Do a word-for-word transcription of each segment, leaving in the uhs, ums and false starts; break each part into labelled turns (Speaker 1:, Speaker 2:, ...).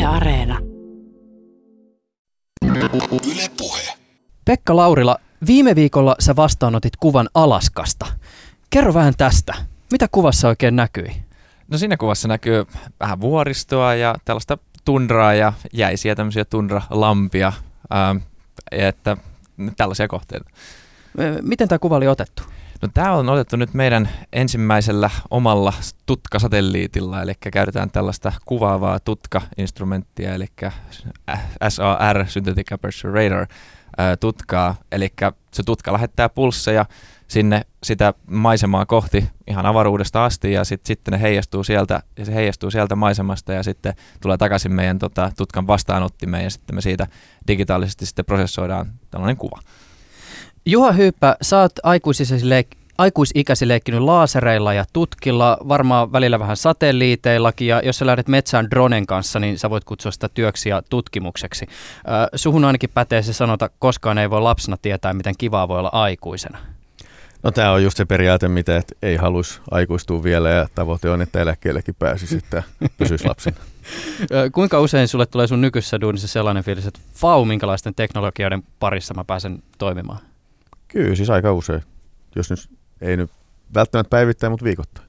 Speaker 1: Areena.
Speaker 2: Yle Puhe.
Speaker 3: Pekka Laurila, viime viikolla sä vastaanotit kuvan Alaskasta. Kerro vähän tästä. Mitä kuvassa oikein näkyi?
Speaker 4: No siinä kuvassa näkyy vähän vuoristoa ja tällaista tundraa ja jäisiä tämmöisiä tundralampia, ähm, että tällaisia kohteita.
Speaker 3: Miten tämä kuva oli otettu?
Speaker 4: No tämä on otettu nyt meidän ensimmäisellä omalla tutkasatelliitilla, eli käytetään tällaista kuvaavaa tutka-instrumenttia, eli S A R, Synthetic Aperture Radar, tutkaa, eli se tutka lähettää pulsseja sinne sitä maisemaa kohti ihan avaruudesta asti, ja sit, sitten ne heijastuu sieltä, ja se heijastuu sieltä maisemasta, ja sitten tulee takaisin meidän tota, tutkan vastaanottimeen, ja sitten me siitä digitaalisesti sitten prosessoidaan tällainen kuva.
Speaker 3: Juha Hyyppä, sä oot aikuisikäsi, aikuisikäsi leikkinyt laasereilla ja tutkilla, varmaan välillä vähän satelliiteillakin, ja jos sä lähdet metsään dronen kanssa, niin sä voit kutsua sitä työksi ja tutkimukseksi. Äh, suhun ainakin pätee se sanota, koskaan ei voi lapsena tietää, miten kivaa voi olla aikuisena.
Speaker 5: No tämä on just se periaate, mitä et ei haluaisi aikuistua vielä, ja tavoite on, että eläkkeellekin pääsisi, että pysyisi lapsena.
Speaker 3: Kuinka usein sulle tulee sun nykyisessä duunissa sellainen fiilis, että vau, minkälaisten teknologioiden parissa mä pääsen toimimaan?
Speaker 5: Kyllä, siis aika usein. Jos nyt ei nyt välttämättä päivittäin, mutta viikoittain.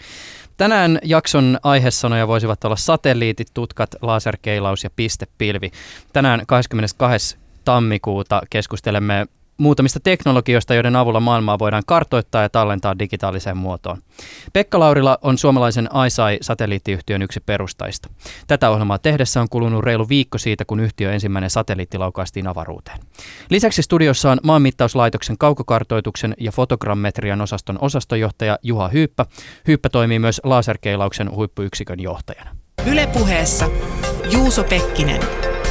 Speaker 3: Tänään jakson aihesanoja voisivat olla satelliitit, tutkat, laserkeilaus ja pistepilvi. Tänään kahdeskymmenestoinen tammikuuta keskustelemme muutamista teknologioista, joiden avulla maailmaa voidaan kartoittaa ja tallentaa digitaaliseen muotoon. Pekka Laurila on suomalaisen I S A I-satelliittiyhtiön yksi perustajista. Tätä ohjelmaa tehdessä on kulunut reilu viikko siitä, kun yhtiön ensimmäinen satelliitti laukaistiin avaruuteen. Lisäksi studiossa on Maanmittauslaitoksen kaukokartoituksen ja fotogrammetrian osaston osastonjohtaja Juha Hyyppä. Hyyppä toimii myös laserkeilauksen huippuyksikön johtajana.
Speaker 1: Yle Puheessa Juuso Pekkinen.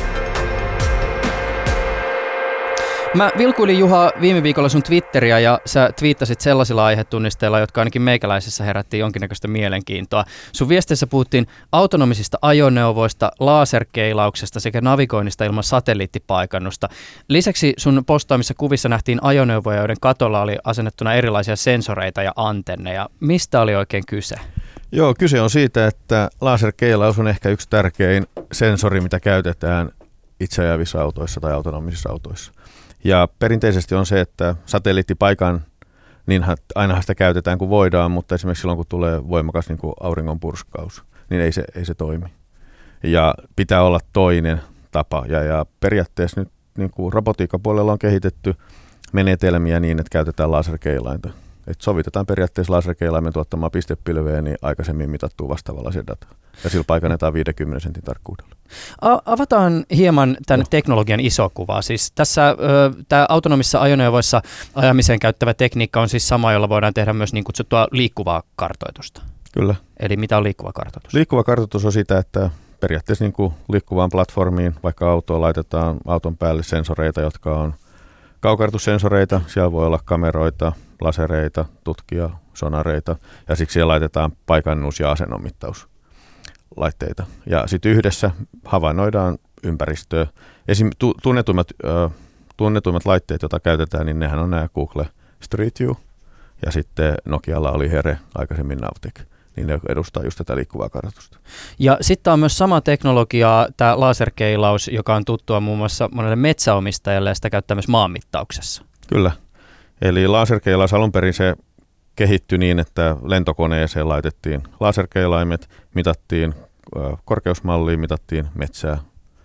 Speaker 3: Mä vilkuilin, Juha, viime viikolla sun Twitteriä, ja sä twiittasit sellaisilla aihetunnisteilla, jotka ainakin meikäläisessä herättiin jonkinnäköistä mielenkiintoa. Sun viesteissä puhuttiin autonomisista ajoneuvoista, laserkeilauksesta sekä navigoinnista ilman satelliittipaikannusta. Lisäksi sun postaamissa kuvissa nähtiin ajoneuvoja, joiden katolla oli asennettuna erilaisia sensoreita ja antenneja. Mistä oli oikein kyse?
Speaker 5: Joo, kyse on siitä, että laserkeilaus on ehkä yksi tärkein sensori, mitä käytetään itseajavissa autoissa tai autonomisissa autoissa. Ja perinteisesti on se, että satelliittipaikan, niin ainahan sitä käytetään kun voidaan, mutta esimerkiksi silloin kun tulee voimakas niin kuin auringon purskaus, niin ei se, ei se toimi. Ja pitää olla toinen tapa. Ja, ja periaatteessa nyt niin kuin robotiikkapuolella on kehitetty menetelmiä niin, että käytetään laserkeilainta. Että sovitetaan periaatteessa laserkeilaimen tuottamaa pistepilveä, niin aikaisemmin mitattuu vastaavallaisia dataa. Ja sillä paikannetaan viidenkymmenen sentin tarkkuudella.
Speaker 3: Avataan hieman tämän no. teknologian iso kuva. Siis tässä tämä autonomisissa ajoneuvoissa ajamiseen käyttävä tekniikka on siis sama, jolla voidaan tehdä myös niin kutsuttua liikkuvaa kartoitusta.
Speaker 5: Kyllä.
Speaker 3: Eli mitä on liikkuva kartoitus?
Speaker 5: Liikkuva kartoitus on sitä, että periaatteessa niin kuin liikkuvaan platformiin, vaikka autoon laitetaan auton päälle sensoreita, jotka on kaukartussensoreita. Siellä voi olla kameroita, lasereita, tutkia, sonareita, ja siksi siellä laitetaan paikannus- ja asennonmittauslaitteita. Ja sitten yhdessä havainnoidaan ympäristöä. Esim. tunnetuimmat, äh, tunnetuimmat laitteet, joita käytetään, niin nehän on nämä Google Street View, ja sitten Nokialla oli Here, aikaisemmin Navteq. Niin ne edustaa just tätä liikkuvaa kartoitusta. Ja
Speaker 3: sitten on myös sama teknologia, tämä laserkeilaus, joka on tuttua muun muassa monelle metsäomistajalle, ja sitä käyttää myös maanmittauksessa.
Speaker 5: Kyllä. Eli laserkeilaus alun perin se kehittyi niin, että lentokoneeseen laitettiin laserkeilaimet, mitattiin korkeusmallia, mitattiin metsää.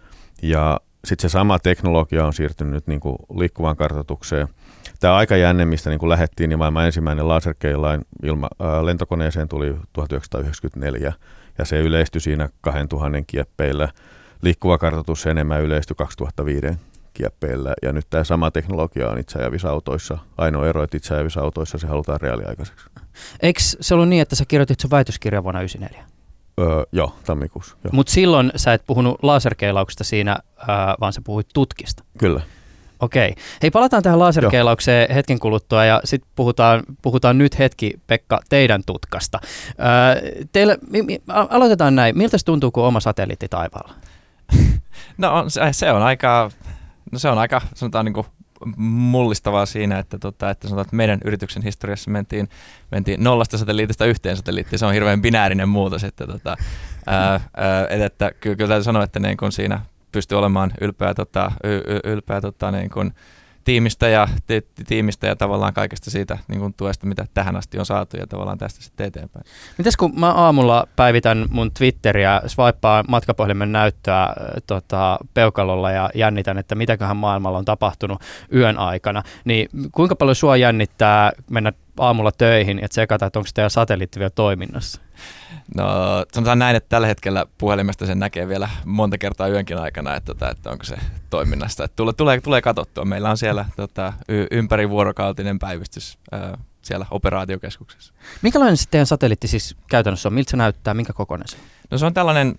Speaker 5: Ja sitten se sama teknologia on siirtynyt nyt niin kuin liikkuvaan kartoitukseen. Tämä aikajänne, mistä niin kuin lähdettiin, niin maailman ensimmäinen laserkeilain ilma, ää, lentokoneeseen tuli tuhatyhdeksänsataayhdeksänkymmentäneljä, ja se yleistyi siinä kaksituhatta kieppeillä. Liikkuva kartoitus enemmän yleistyi kaksituhattaviisi kieppeillä, ja nyt tämä sama teknologia on itseajavissa autoissa. Ainoa ero, että itseajavissa autoissa se halutaan reaaliaikaiseksi.
Speaker 3: Eikö se ollut niin, että sä kirjoitit sun väitöskirjan vuonna yhdeksänkymmentäneljä?
Speaker 5: Öö, joo, tammikuussa.
Speaker 3: Mutta silloin sä et puhunut laserkeilauksesta siinä, ää, vaan sä puhuit tutkista.
Speaker 5: Kyllä.
Speaker 3: Okei. Hei, palataan tähän laserkeilaukseen Joo. hetken kuluttua, ja sitten puhutaan, puhutaan nyt hetki, Pekka, teidän tutkasta. Ää, teille, mi, mi, aloitetaan näin. Miltä se tuntuu, kun oma satelliitti taivaalla?
Speaker 4: No on, se on aika, no se on aika, sanotaan niin kuin mullistavaa siinä, että, tota, että sanotaan, että meidän yrityksen historiassa mentiin, mentiin nollasta satelliitista yhteen satelliittiin. Se on hirveän binäärinen muutos. Että, tota, ää, ää, että, kyllä, kyllä täytyy sanoa, että niin kun siinä pystyy olemaan ylpeä, tota, y, ylpeä tota, niin kun tiimistä, ja, ti, tiimistä ja tavallaan kaikesta siitä niin kun tuesta, mitä tähän asti on saatu ja tavallaan tästä sitten eteenpäin.
Speaker 3: Mites kun mä aamulla päivitän mun Twitteriä, swipaan matkapuhelimen näyttöä äh, tota, peukalolla ja jännitän, että mitäköhän maailmalla on tapahtunut yön aikana, niin kuinka paljon sua jännittää mennä aamulla töihin ja tsekata, että onko teidän satelliitti vielä toiminnassa?
Speaker 4: No sanotaan näin, että tällä hetkellä puhelimesta sen näkee vielä monta kertaa yönkin aikana, että, että, että onko se toiminnasta. Että tulee, tulee, tulee katsottua. Meillä on siellä tota, y- ympärivuorokautinen päivystys ää, siellä operaatiokeskuksessa.
Speaker 3: Minkälainen se teidän satelliitti siis käytännössä on? Miltä se näyttää? Minkä kokoinen se on?
Speaker 4: No se on tällainen,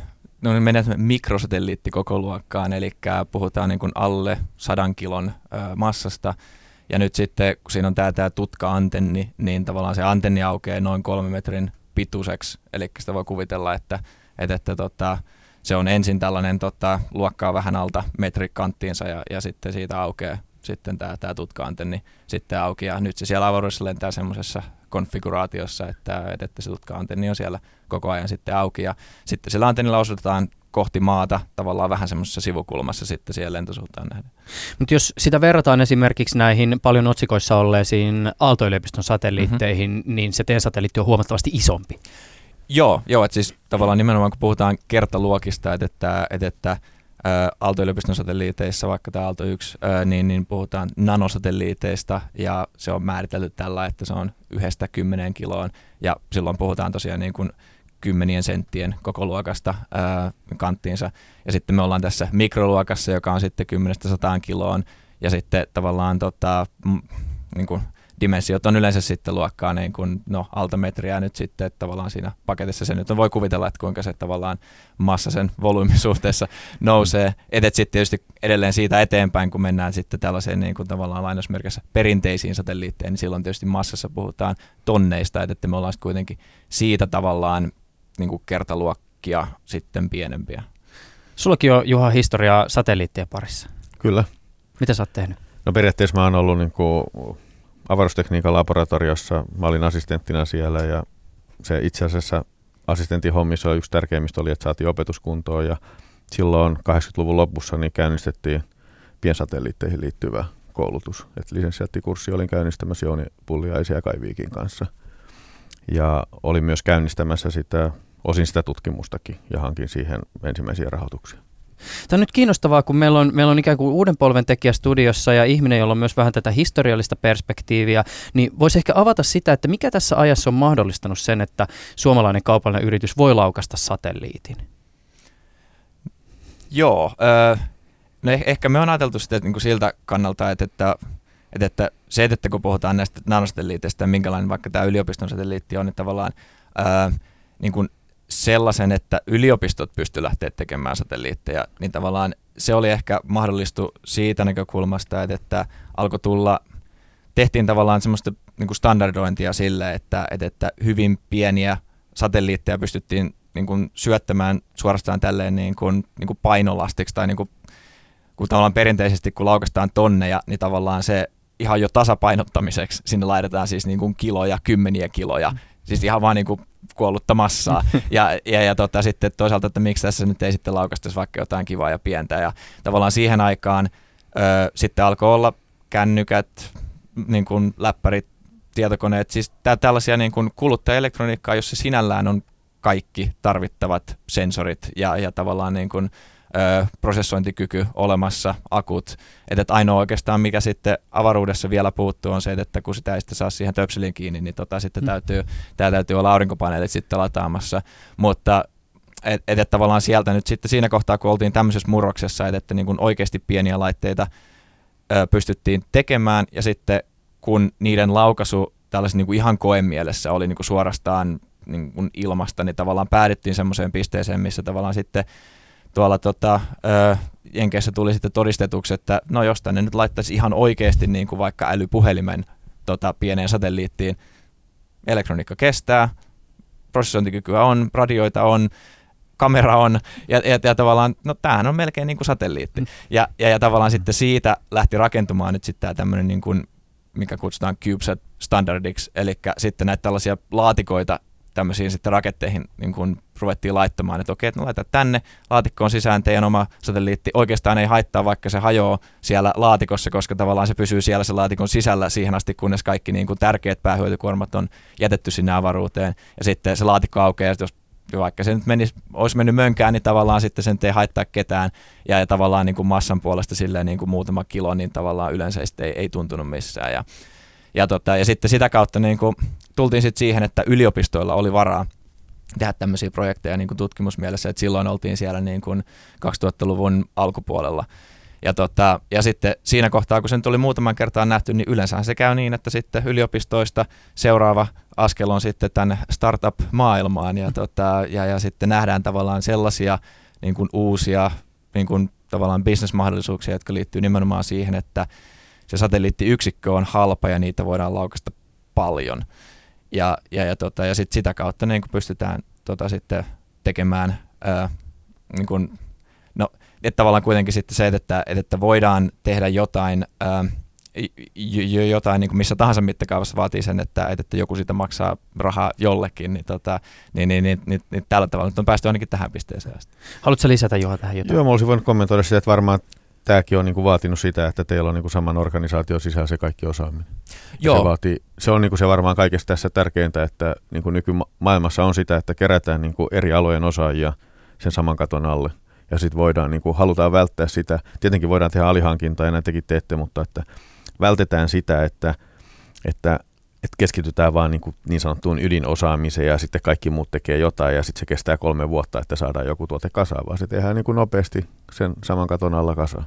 Speaker 4: no mennään mikrosatelliitti koko luokkaan, eli puhutaan niin kuin alle sadan kilon ää, massasta. Ja nyt sitten, kun siinä on tämä, tämä tutka-antenni, niin tavallaan se antenni aukeaa noin kolme metrin pituiseksi. Eli sitä voi kuvitella, että, että, että tota, se on ensin tällainen tota, luokkaa vähän alta metrikanttiinsa ja, ja sitten siitä aukeaa sitten tämä, tämä tutka-antenni sitten auki. Ja nyt se siellä avaruudessa lentää semmoisessa konfiguraatiossa, että, että se tutka-antenni on siellä koko ajan sitten auki. Ja sitten sillä antennilla osoitetaan kohti maata tavallaan vähän semmoisessa sivukulmassa sitten siihen lentosuuntaan nähden.
Speaker 3: Mutta jos sitä verrataan esimerkiksi näihin paljon otsikoissa olleisiin Aalto-yliopiston satelliitteihin, mm-hmm. niin se teidän satelliitti on huomattavasti isompi.
Speaker 4: Joo, joo, että siis tavallaan nimenomaan kun puhutaan kertaluokista, että, että, että, että ä, Aalto-yliopiston satelliiteissa, vaikka tämä Aalto yksi, ä, niin, niin puhutaan nanosatelliiteista ja se on määritelty tällä, että se on yhdestä kymmeneen kiloon ja silloin puhutaan tosiaan niin kuin kymmenien senttien koko luokasta ää, kanttiinsa. Ja sitten me ollaan tässä mikroluokassa, joka on sitten kymmenestä sataan kiloon. Ja sitten tavallaan tota, m, niin kuin dimensiot on yleensä sitten luokkaa niin kuin, no, alta metriä nyt sitten, että tavallaan siinä paketissa se nyt on, voi kuvitella, että kuinka se tavallaan massa sen volyymin suhteessa nousee. Etet sitten tietysti edelleen siitä eteenpäin, kun mennään sitten tällaiseen niin kuin tavallaan lainausmerkissä perinteisiin satelliitteihin, niin silloin tietysti massassa puhutaan tonneista, että me ollaan kuitenkin siitä tavallaan niin kuin kertaluokkia sitten pienempiä.
Speaker 3: Sullakin on, Juha, historiaa satelliittien parissa.
Speaker 5: Kyllä.
Speaker 3: Mitä sä oot tehnyt?
Speaker 5: No periaatteessa mä oon ollut niin kuin avaruustekniikan laboratoriossa. Mä olin assistenttina siellä ja se itse asiassa assistentin hommissa yksi tärkeimmistä oli, että saatiin opetuskuntoon ja silloin kahdeksankymmentäluvun lopussa niin käynnistettiin piensatelliitteihin liittyvä koulutus. Et lisensiaattikurssi olin käynnistämässä Jouni Pulliaisen ja Kai Viikin kanssa. Ja olin myös käynnistämässä sitä, osin sitä tutkimustakin ja hankin siihen ensimmäisiä rahoituksia.
Speaker 3: Tämä on nyt kiinnostavaa, kun meillä on, meillä on ikään kuin uuden polven tekijä studiossa ja ihminen, jolla on myös vähän tätä historiallista perspektiiviä, niin voisi ehkä avata sitä, että mikä tässä ajassa on mahdollistanut sen, että suomalainen kaupallinen yritys voi laukasta satelliitin?
Speaker 4: Joo, äh, no ehkä me on ajateltu sitä niin kuin siltä kannalta, että, että, että, että se, että kun puhutaan näistä nanosatelliiteista ja minkälainen vaikka tämä yliopiston satelliitti on, niin tavallaan äh, niin kuin sellaisen, että yliopistot pystyivät lähteä tekemään satelliitteja, niin tavallaan se oli ehkä mahdollistu siitä näkökulmasta, että, että alkoi tulla, tehtiin tavallaan semmoista niin kuin standardointia sille, että, että, että hyvin pieniä satelliitteja pystyttiin niin kuin syöttämään suorastaan tälleen niin kuin, niin kuin painolastiksi tai niin kuin, kun tavallaan perinteisesti kun laukastaan tonneja, niin tavallaan se ihan jo tasapainottamiseksi sinne laitetaan siis niin kuin kiloja, kymmeniä kiloja, siis ihan vaan niin kuin kuollutta massaa. Ja, ja, ja tota, sitten toisaalta, että miksi tässä nyt ei sitten laukastaisi vaikka jotain kivaa ja pientä. Ja tavallaan siihen aikaan ö, sitten alkoi olla kännykät, niin kuin läppärit, tietokoneet, siis tä, tällaisia niin kuin kuluttajaelektroniikkaa, jossa sinällään on kaikki tarvittavat sensorit ja, ja tavallaan niin kuin, ö, prosessointikyky olemassa, akut. Että et ainoa oikeastaan, mikä sitten avaruudessa vielä puuttuu, on se, että kun sitä ei sitten saa siihen töpseliin kiinni, niin tota, sitten mm. täytyy, tää täytyy olla aurinkopaneelit sitten lataamassa. Mutta et, et, et tavallaan sieltä nyt sitten siinä kohtaa, kun oltiin tämmöisessä murroksessa, että, että niin kuin oikeasti pieniä laitteita ö, pystyttiin tekemään, ja sitten kun niiden laukaisu tällaisen niin kuin ihan koemielessä oli niin kuin suorastaan niin kuin ilmasta, niin tavallaan päädyttiin semmoiseen pisteeseen, missä tavallaan sitten tuolla tota, ö, Jenkeissä tuli sitten todistetuksi, että no jos tänne nyt laittaisi ihan oikeasti niin kuin vaikka älypuhelimen tota, pieneen satelliittiin, elektroniikka kestää, prosessointikykyä on, radioita on, kamera on, ja, ja, ja tavallaan, no tämähän on melkein niin kuin satelliitti. Ja, ja, ja tavallaan sitten siitä lähti rakentumaan nyt sitten tämä tämmöinen, niin kuin, mikä kutsutaan CubeSat-standardiksi, eli sitten näitä tällaisia laatikoita tämmöisiin sitten raketteihin niin kuin ruvettiin laittamaan, että okei, että no laitetaan tänne laatikkoon sisään teidän oma satelliitti. Oikeastaan ei haittaa, vaikka se hajoaa siellä laatikossa, koska tavallaan se pysyy siellä se laatikon sisällä siihen asti, kunnes kaikki niin kuin tärkeät päähyötykuormat on jätetty sinne avaruuteen. Ja sitten se laatikko aukeaa, jos vaikka se nyt menisi, olisi mennyt mönkään, niin tavallaan sitten sen ei haittaa ketään. Ja, ja tavallaan niin kuin massan puolesta silleen niin kuin muutama kilo, niin tavallaan yleensä ei, ei tuntunut missään. Ja, ja, tota, ja sitten sitä kautta niin kuin tultiin sitten siihen, että yliopistoilla oli varaa tehdä tämmöisiä projekteja niin kuin tutkimusmielessä, että silloin oltiin siellä niin kuin kaksituhattaluvun alkupuolella. Ja, tota, ja sitten siinä kohtaa, kun sen tuli muutaman kertaan nähty, niin yleensä se käy niin, että sitten yliopistoista seuraava askel on sitten tänne startup-maailmaan ja, tota, ja, ja sitten nähdään tavallaan sellaisia niin kuin uusia niin kuin tavallaan bisnesmahdollisuuksia, jotka liittyy nimenomaan siihen, että se satelliittiyksikkö on halpa ja niitä voidaan laukaista paljon. Ja, ja, ja, tota, ja sit sitä kautta niin kun pystytään tota, sitten tekemään, ää, niin kun, no, että tavallaan kuitenkin sitten se, että, että voidaan tehdä jotain, ää, jotain niin kuin missä tahansa mittakaavassa vaatii sen, että, että joku siitä maksaa rahaa jollekin, niin, tota, niin, niin, niin, niin, niin tällä tavalla nyt on päästy ainakin tähän pisteeseen asti.
Speaker 3: Haluatko lisätä Juha tähän jotain?
Speaker 5: Joo, mä olisin voinut kommentoida sitä, että varmaan tämäkin on niin kuin vaatinut sitä, että teillä on niin kuin saman organisaation sisällä se kaikki osaaminen. Joo. Se, vaatii, se on niin kuin se varmaan kaikesta tässä tärkeintä, että niin kuin nykymaailmassa on sitä, että kerätään niin kuin eri alojen osaajia sen saman katon alle. Ja sitten voidaan, niin kuin halutaan välttää sitä. Tietenkin voidaan tehdä alihankintaa ja näin tekin teette, mutta että vältetään sitä, että, että, että keskitytään vaan niin, kuin niin sanottuun ydinosaamiseen ja sitten kaikki muut tekee jotain ja sitten se kestää kolme vuotta, että saadaan joku tuote kasaan, vaan se tehdään niin kuin nopeasti sen saman katon alla kasaan.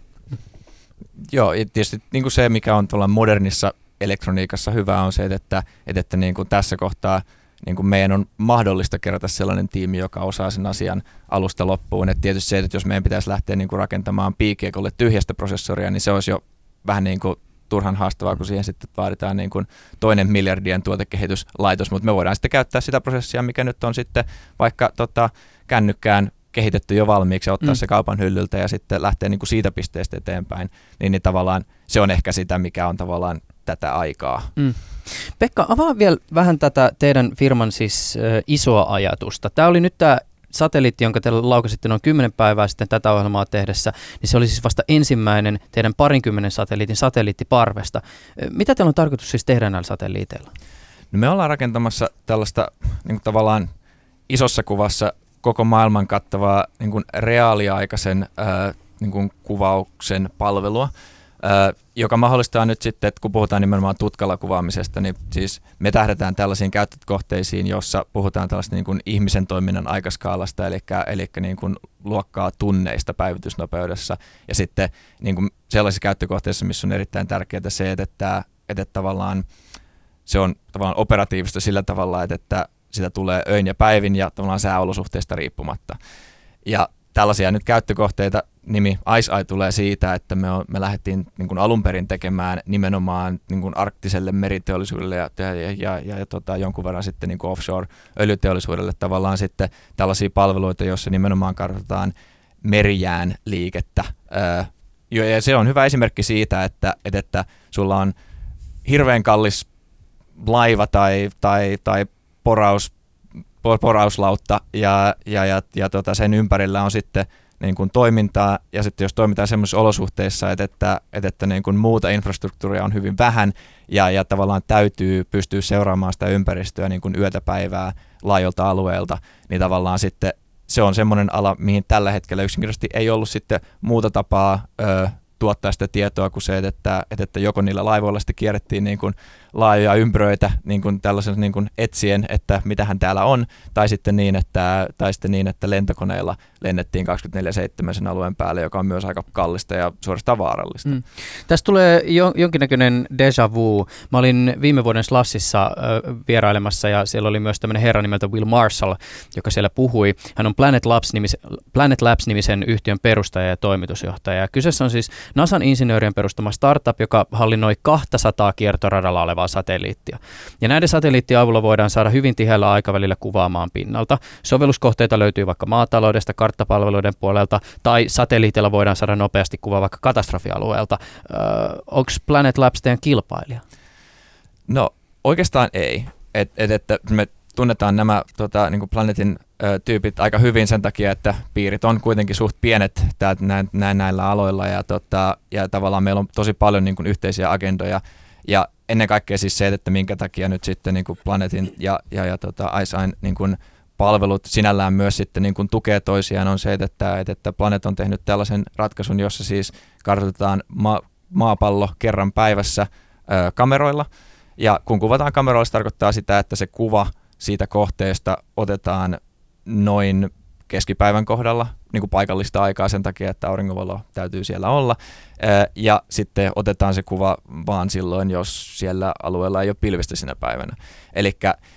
Speaker 4: Joo, ja tietysti niin kuin se, mikä on tuolla modernissa elektroniikassa hyvä, on se, että, että niin kuin tässä kohtaa niin kuin meidän on mahdollista kerätä sellainen tiimi, joka osaa sen asian alusta loppuun. Et tietysti se, että jos meidän pitäisi lähteä niin kuin rakentamaan piikiekolle tyhjästä prosessoria, niin se olisi jo vähän niin kuin turhan haastavaa, kun siihen sitten vaaditaan niin kuin toinen miljardien tuotekehityslaitos, mutta me voidaan sitten käyttää sitä prosessia, mikä nyt on sitten vaikka tota, kännykkään kehitetty jo valmiiksi ja ottaa mm. se kaupan hyllyltä ja sitten lähteä niin kuin siitä pisteestä eteenpäin, niin, niin tavallaan se on ehkä sitä, mikä on tavallaan tätä aikaa. Mm.
Speaker 3: Pekka, avaa vielä vähän tätä teidän firman siis äh, isoa ajatusta. Tämä oli nyt tämä satelliitti, jonka te laukasitte noin kymmenen päivää sitten tätä ohjelmaa tehdessä, niin se oli siis vasta ensimmäinen teidän parinkymmenen satelliitin satelliittiparvesta. Mitä teillä on tarkoitus siis tehdä näillä satelliiteilla?
Speaker 4: No me ollaan rakentamassa tällaista niin kuin tavallaan isossa kuvassa koko maailman kattavaa niin kuin reaaliaikaisen ää, niin kuin kuvauksen palvelua, ää, joka mahdollistaa nyt sitten, että kun puhutaan nimenomaan tutkalla kuvaamisesta, niin siis me tähdätään tällaisiin käyttökohteisiin, jossa puhutaan tällaista niin kuin ihmisen toiminnan aikaskaalasta, eli, eli niin kuin luokkaa tunneista päivitysnopeudessa, ja sitten niin kuin sellaisissa käyttökohteissa, missä on erittäin tärkeää se, että, että, että tavallaan se on tavallaan operatiivista sillä tavalla, että, että sitä tulee öin ja päivin ja tavallaan sääolosuhteista riippumatta. Ja tällaisia nyt käyttökohteita, nimi IceEye tulee siitä, että me, on, me lähdettiin niin kuin alun perin tekemään nimenomaan niin kuin arktiselle meriteollisuudelle ja, ja, ja, ja, ja tota, jonkun verran sitten niin kuin offshore-öljyteollisuudelle tavallaan sitten tällaisia palveluita, joissa nimenomaan kartoitetaan merijään liikettä. Öö, ja se on hyvä esimerkki siitä, että, että, että sulla on hirveän kallis laiva tai, tai, tai poraus, porauslautta ja, ja, ja, ja tota sen ympärillä on sitten niin kuin toimintaa, ja sitten jos toimitaan sellaisissa olosuhteissa, että, että, että niin kuin muuta infrastruktuuria on hyvin vähän, ja, ja tavallaan täytyy pystyä seuraamaan sitä ympäristöä niin kuin yötä päivää laajolta alueelta, niin tavallaan sitten se on semmoinen ala, mihin tällä hetkellä yksinkertaisesti ei ollut sitten muuta tapaa ö, tuottaa sitä tietoa kuin se, että, että joko niillä laivoilla sitten kierrettiin niin kuin laajoja ympyröitä niin kuin tällaisen niin kuin etsien, että mitähän täällä on, tai sitten niin, että, tai sitten niin, että lentokoneilla lennettiin kaksikymmentäneljä seitsemän sen alueen päälle, joka on myös aika kallista ja suorastaan vaarallista. Mm.
Speaker 3: Tästä tulee jo, jonkinnäköinen déjà vu. Mä olin viime vuoden Slashissa äh, vierailemassa, ja siellä oli myös tämmöinen herra nimeltä Will Marshall, joka siellä puhui. Hän on Planet Labs-nimisen, Planet Labs-nimisen yhtiön perustaja ja toimitusjohtaja. Ja kyseessä on siis NASAn insinöörien perustama startup, joka hallinnoi kaksisataa kiertoradalla olevaa satelliittia. Ja näiden satelliittien avulla voidaan saada hyvin tiheällä aikavälillä kuvaamaan pinnalta. Sovelluskohteita löytyy vaikka maataloudesta, karttapalveluiden puolelta, tai satelliitilla voidaan saada nopeasti kuvaa vaikka katastrofialueelta. Öö, Onko Planet Labs teidän kilpailija?
Speaker 4: No oikeastaan ei. Et, et, että me tunnetaan nämä tota, niin kuin Planetin ö, tyypit aika hyvin sen takia, että piirit on kuitenkin suht pienet tää, nä, nä, näillä aloilla ja, tota, ja tavallaan meillä on tosi paljon niin kuin yhteisiä agendoja ja ennen kaikkea siis se, että minkä takia nyt sitten niin kuin Planetin ja, ja, ja tota, ICEYEn niin kuin palvelut sinällään myös sitten niin kuin tukee toisiaan on se, että, että Planet on tehnyt tällaisen ratkaisun, jossa siis kartoitetaan ma- maapallo kerran päivässä ö, kameroilla. Ja kun kuvataan kameroilla, se tarkoittaa sitä, että se kuva siitä kohteesta otetaan noin keskipäivän kohdalla, niin kuin paikallista aikaa sen takia, että auringonvalo täytyy siellä olla. Ja sitten otetaan se kuva vaan silloin, jos siellä alueella ei ole pilvistä sinä päivänä. Eli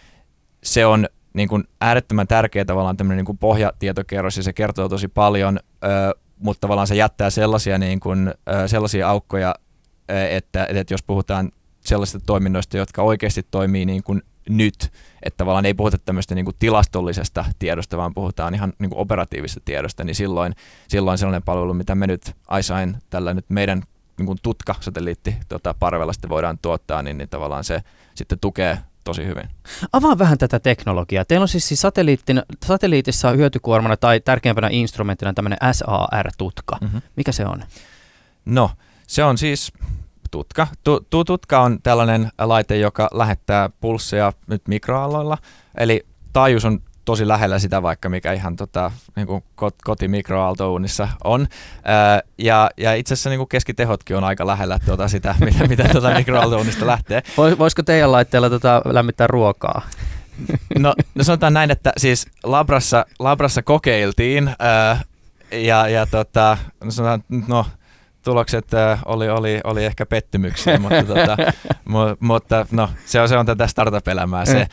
Speaker 4: se on niin kuin äärettömän tärkeä tavallaan tämmöinen niin kuin pohjatietokerros ja se kertoo tosi paljon, mutta tavallaan se jättää sellaisia, niin kuin, sellaisia aukkoja, että, että jos puhutaan sellaisista toiminnoista, jotka oikeasti toimii niin kuin nyt, että tavallaan ei puhuta tämmöistä niin kuin tilastollisesta tiedosta, vaan puhutaan ihan niin kuin operatiivisesta tiedosta, niin silloin, silloin sellainen palvelu, mitä me nyt ICEYEn, tällä nyt meidän niin kuin tutka-satelliitti tota, parvella sitten voidaan tuottaa, niin, niin tavallaan se sitten tukee tosi hyvin.
Speaker 3: Avaa vähän tätä teknologiaa. Teillä on siis, siis satelliitissa hyötykuormana tai tärkeimpänä instrumenttina tämmöinen S A R-tutka. Mm-hmm. Mikä se on?
Speaker 4: No, se on siis tutka. Tu, tu, tutka on tällainen laite, joka lähettää pulsseja nyt mikroaalloilla. Eli taajuus on tosi lähellä sitä vaikka, mikä ihan tota, niin kuin kotimikroaaltouunissa on. Ää, ja, ja itse asiassa niin kuin keskitehotkin on aika lähellä tuota sitä, mitä, mitä tuota mikroaaltouunista lähtee.
Speaker 3: Voisiko teidän laitteella tota lämmittää ruokaa?
Speaker 4: No, no sanotaan näin, että siis labrassa, labrassa kokeiltiin ää, ja, ja tota, no sanotaan, no tulokset äh, oli, oli, oli ehkä pettymyksiä, mutta, tota, mu, mutta no, se, on, se on tätä startup-elämää se. Äh,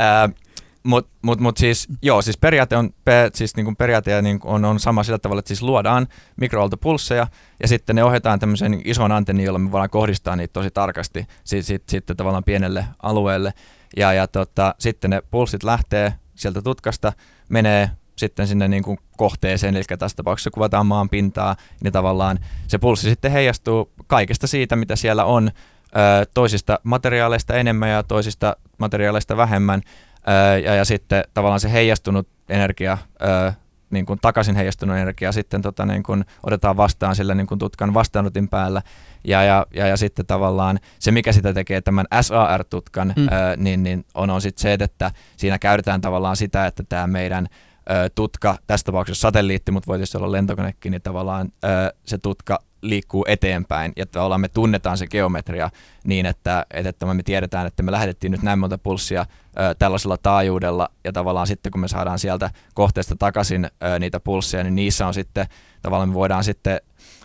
Speaker 4: Mutta mut, mut siis, joo, siis periaate on, pe, siis niin kuin periaate niin kuin on, on sama sillä tavalla, että siis luodaan mikroaaltopulsseja ja sitten ne ohjataan tämmöiseen isoon antenniin, jolla me voidaan kohdistaa niitä tosi tarkasti sit, sit, sitten tavallaan pienelle alueelle. Ja, ja tota, sitten ne pulssit lähtee sieltä tutkasta, menee sitten sinne niin kuin kohteeseen, eli tässä tapauksessa kuvataan maan pintaa, niin tavallaan se pulssi sitten heijastuu kaikesta siitä, mitä siellä on, toisista materiaaleista enemmän ja toisista materiaaleista vähemmän, ja, ja sitten tavallaan se heijastunut energia, niin kuin takaisin heijastunut energia sitten tota, niin kuin otetaan vastaan sillä niin kuin tutkan vastaanotin päällä, ja, ja, ja, ja sitten tavallaan se, mikä sitä tekee tämän S A R-tutkan, mm. ää, niin, niin on, on sitten se, että siinä käytetään tavallaan sitä, että tämä meidän tutka, tässä tapauksessa satelliitti, mutta voi tietysti olla lentokonekin, niin tavallaan ö, se tutka liikkuu eteenpäin ja tavallaan me tunnetaan se geometria niin, että, että me tiedetään, että me lähetettiin nyt näin monta pulssia ö, tällaisella taajuudella ja tavallaan sitten kun me saadaan sieltä kohteesta takaisin ö, niitä pulsseja, niin niissä on sitten, tavallaan me voidaan sitten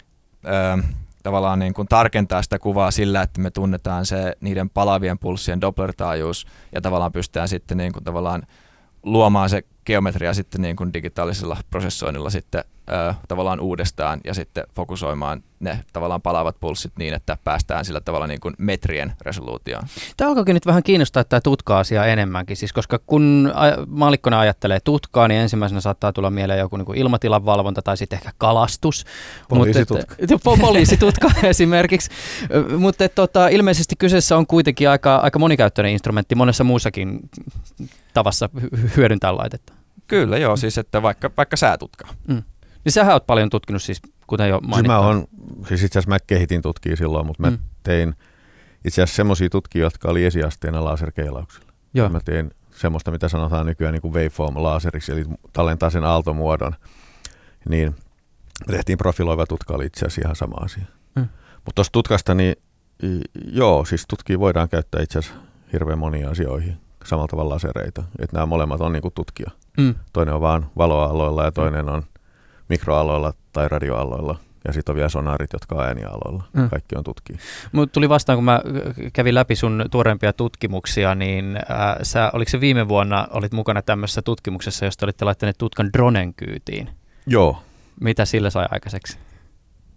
Speaker 4: ö, tavallaan niin kuin tarkentaa sitä kuvaa sillä, että me tunnetaan se niiden palavien pulssien Doppler-taajuus ja tavallaan pystytään sitten niin kuin tavallaan luomaan se geometria sitten niin kuin digitaalisella prosessoinnilla sitten ö, tavallaan uudestaan ja sitten fokusoimaan ne tavallaan palaavat pulssit niin, että päästään sillä tavalla niin kuin metrien resoluutioon.
Speaker 3: Tämä alkoikin nyt vähän kiinnostaa tämä tutka-asia enemmänkin, siis koska kun maallikkona ajattelee tutkaa, niin ensimmäisenä saattaa tulla mieleen joku niin kuin ilmatilan valvonta tai sitten ehkä kalastus.
Speaker 5: Poliisitutka.
Speaker 3: Mutta, poliisitutka esimerkiksi, mutta tota, ilmeisesti kyseessä on kuitenkin aika, aika monikäyttöinen instrumentti monessa muussakin tavassa hyödyntää laitetta.
Speaker 4: Kyllä joo, siis että vaikka, vaikka säätutka.
Speaker 3: Mm. Niin sähän oot paljon tutkinut siis, kuten jo mainittu.
Speaker 5: Siis mä on, siis itse asiassa mä kehitin tutkia silloin, mutta mä mm. tein itse asiassa semmoisia tutkia, jotka oli esiasteena laserkeilauksilla. Joo. Mä tein semmoista, mitä sanotaan nykyään niin kuin waveform-laseriksi, eli tallentaa sen aaltomuodon. Niin me tehtiin profiloiva tutka, oli itse asiassa ihan sama asia. Mm. Mutta tuosta tutkasta, niin joo, siis tutkia voidaan käyttää itse asiassa hirveän moniin asioihin. Samalla tavalla lasereita, että nämä molemmat on niinku tutkia. Mm. Toinen on vaan valoaloilla ja toinen on mikroaloilla tai radioaloilla. Ja sitten on vielä sonaarit, jotka on äänialoilla. Mm. Kaikki on tutkia.
Speaker 3: Mut tuli vastaan, kun mä kävin läpi sun tuoreempia tutkimuksia, niin äh, sä, oliko se viime vuonna, olit mukana tämmöisessä tutkimuksessa, josta olitte laittaneet tutkan dronen kyytiin?
Speaker 5: Joo.
Speaker 3: Mitä sillä sai aikaiseksi?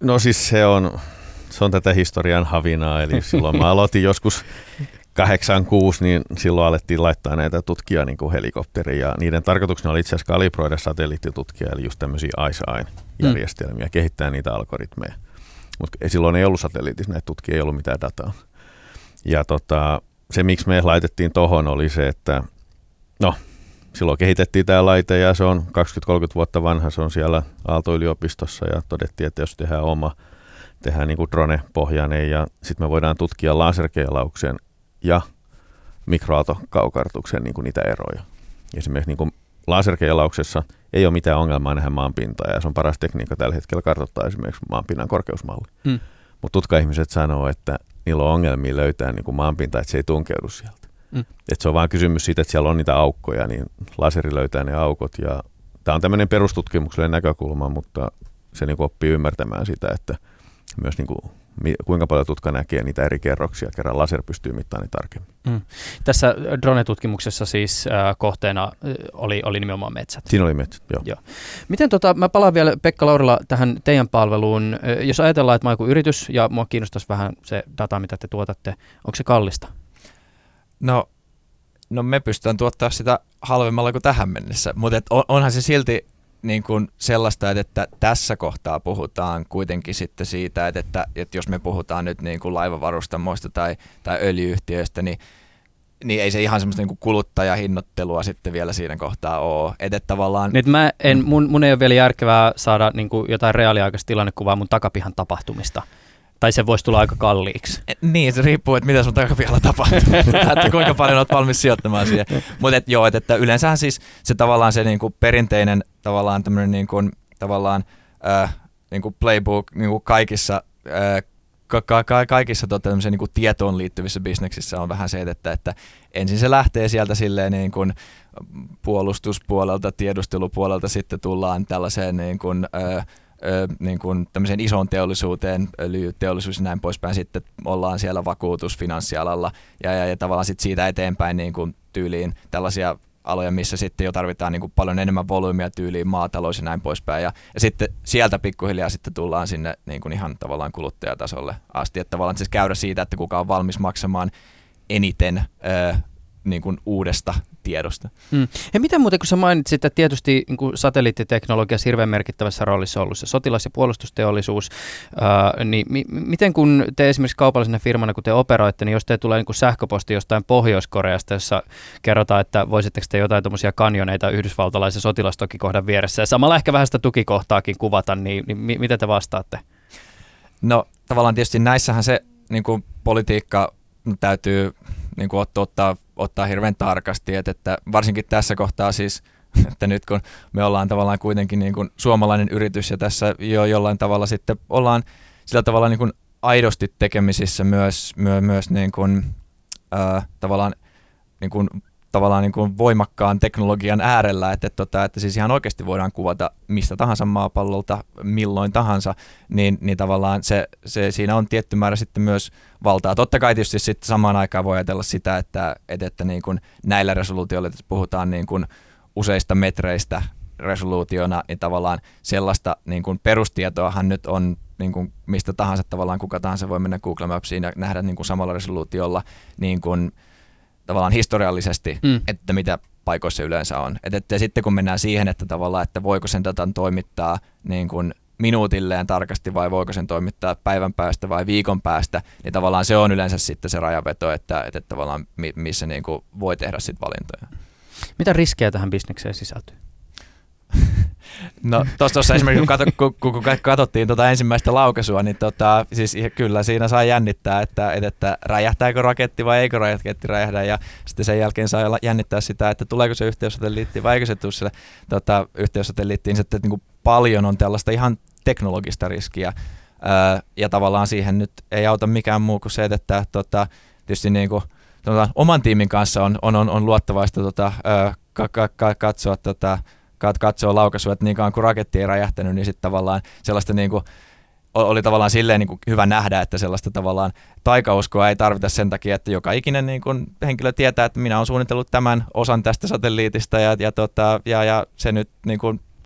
Speaker 5: No siis se on, se on tätä historian havinaa, eli silloin mä aloitin joskus kahdeksankymmentäkuusi, niin silloin alettiin laittaa näitä tutkia niin kuin helikopteriin, ja niiden tarkoituksena oli itse asiassa kalibroida satelliittitutkia, eli just tämmöisiä ICE-järjestelmiä, mm. kehittää niitä algoritmeja. Mutta silloin ei ollut satelliitissa näitä tutkia, ei ollut mitään dataa. Ja tota, se, miksi me laitettiin tohon, oli se, että no, silloin kehitettiin tämä laite, ja se on kaksikymmentä kolmekymmentä vuotta vanha, se on siellä Aalto-yliopistossa, ja todettiin, että jos tehdään oma, tehdään niin kuin drone-pohjainen, ja sitten me voidaan tutkia laserkeilauksen ja mikroaaltokaukartuksen niin kuin niitä eroja. Esimerkiksi niin kuin laserkeilauksessa ei ole mitään ongelmaa nähdä maanpintaa, ja se on paras tekniikka tällä hetkellä kartoittaa esimerkiksi maanpinnan korkeusmalli. Hmm. Mutta tutkaihmiset sanoo, että niillä on ongelmia löytää niin kuin maanpinta, että se ei tunkeudu sieltä. Hmm. Että se on vaan kysymys siitä, että siellä on niitä aukkoja, niin laseri löytää ne aukot. Ja tämä on tämmöinen perustutkimuksellinen näkökulma, mutta se niin kuin oppii ymmärtämään sitä, että myös niin kuin kuinka paljon tutka näkee niitä eri kerroksia, kerran laser pystyy mittaamaan niitä tarkemmin. Mm.
Speaker 3: Tässä drone-tutkimuksessa siis äh, kohteena oli, oli nimenomaan metsät.
Speaker 5: Siinä oli metsät, joo.
Speaker 3: joo. Miten tota, mä palaan vielä Pekka Laurila tähän teidän palveluun. Jos ajatellaan, että mä oon joku yritys ja mua kiinnostaisi vähän se data, mitä te tuotatte, onko se kallista?
Speaker 4: No, no me pystytään tuottaa sitä halvemmalla kuin tähän mennessä, mutta on, onhan se silti niin kuin sellaista, että tässä kohtaa puhutaan kuitenkin sitten siitä, että, että, että jos me puhutaan nyt niin kuin laivavarustamoista tai, tai öljyyhtiöistä, niin, niin ei se ihan semmoista niin kuin kuluttajahinnoittelua sitten vielä siinä kohtaa ole. Että tavallaan
Speaker 3: nyt mä en, mun, mun ei ole vielä järkevää saada niin kuin jotain reaaliaikaista tilannekuvaa mun takapihan tapahtumista. Tai se voisi tulla aika kalliiksi.
Speaker 4: Niin, se riippuu, että mitä sun takapihalla tapahtuu, että kuinka paljon olet valmis sijoittamaan siihen. Mutta et, joo, että, että yleensähän siis se tavallaan se niinku perinteinen tavallaan tämmöinen niinku, tavallaan äh, niinku playbook niinku kaikissa äh, ka- ka- ka- kaikissa tota, niinku tietoon liittyvissä bisneksissä on vähän se, että, että ensin se lähtee sieltä silleen niin kuin puolustuspuolelta, tiedustelupuolelta, sitten tullaan tällaiseen niin kuin, äh, niin kuin tämmöiseen isoon teollisuuteen, öljyteollisuus ja näin poispäin, sitten ollaan siellä vakuutus, finanssialalla ja, ja, ja tavallaan sit siitä eteenpäin niin kuin tyyliin tällaisia aloja, missä sitten jo tarvitaan niin kuin paljon enemmän volyymia tyyliin, maatalous ja näin poispäin ja, ja sitten sieltä pikkuhiljaa sitten tullaan sinne niin kuin ihan tavallaan kuluttajatasolle asti, että tavallaan siis käydä siitä, että kuka on valmis maksamaan eniten ö, niin kuin uudesta tiedosta.
Speaker 3: Mm. Ja miten muuten, kun sä mainitsit, että tietysti niin kuin satelliittiteknologia hirveän merkittävässä roolissa on ollut se sotilas- ja puolustusteollisuus, ää, niin mi- miten kun te esimerkiksi kaupallisena firmana, kun te operoitte, niin jos te tulee niin kuin sähköposti jostain Pohjois-Koreasta, jossa kerrotaan, että voisitteko te jotain tuommoisia kanjoneita yhdysvaltalaisen sotilastokikohdan vieressä, ja samalla ehkä vähän sitä tukikohtaakin kuvata, niin, niin mi- miten te vastaatte?
Speaker 4: No tavallaan tietysti näissähän se niin kuin politiikka täytyy niin kuin ottaa, ottaa hirveän tarkasti, että, että varsinkin tässä kohtaa siis, että nyt kun me ollaan tavallaan kuitenkin niin kuin suomalainen yritys ja tässä jo jollain tavalla sitten ollaan sillä tavalla niin kuin aidosti tekemisissä myös, myö, myös niin kuin, äh, tavallaan, niin kuin, tavallaan niin kuin voimakkaan teknologian äärellä, että, että, että siis ihan oikeasti voidaan kuvata mistä tahansa maapallolta milloin tahansa, niin, niin tavallaan se, se, siinä on tietty määrä sitten myös valtaa. Totta kai tietysti sitten samaan aikaan voi ajatella sitä, että, että, että niin kuin näillä resoluutioilla puhutaan niin kuin useista metreistä resoluutiona, niin tavallaan sellaista niin kuin perustietoahan nyt on niin kuin mistä tahansa tavallaan kuka tahansa voi mennä Google Mapsiin ja nähdä niin kuin samalla resoluutiolla niin kuin tavallaan historiallisesti, mm. että mitä paikoissa yleensä on. Et, et, ja sitten kun mennään siihen, että tavallaan, että voiko sen datan toimittaa niin kuin minuutilleen tarkasti vai voiko sen toimittaa päivän päästä vai viikon päästä, niin tavallaan se on yleensä sitten se rajaveto, että, että tavallaan missä niin kuin voi tehdä sitten valintoja.
Speaker 3: Mitä riskejä tähän bisnekseen sisältyy?
Speaker 4: No tuossa esimerkiksi kun, kun, kun katsottiin tuota ensimmäistä laukaisua, niin tota, siis kyllä siinä saa jännittää, että, että räjähtääkö raketti vai eikö raketti räjähdä ja sitten sen jälkeen saa jännittää sitä, että tuleeko se yhteyssatelliitti vai eikö se tule sille tota, yhteyssatelliittiin. Sitten että niin kuin paljon on tällaista ihan teknologista riskiä ää, ja tavallaan siihen nyt ei auta mikään muu kuin se, että tota, tietysti niin kuin, tota, oman tiimin kanssa on, on, on, on luottavaista tota, ää, ka, ka, ka, katsoa tota, katsoo laukaisua, että niin kauan kun raketti ei räjähtänyt, niin sitten tavallaan sellaista niin kuin, oli tavallaan silleen niin kuin hyvä nähdä, että sellaista tavallaan taikauskoa ei tarvita sen takia, että joka ikinen niin kuin henkilö tietää, että minä olen suunnitellut tämän osan tästä satelliitista ja, ja, tota, ja, ja se nyt niin kuin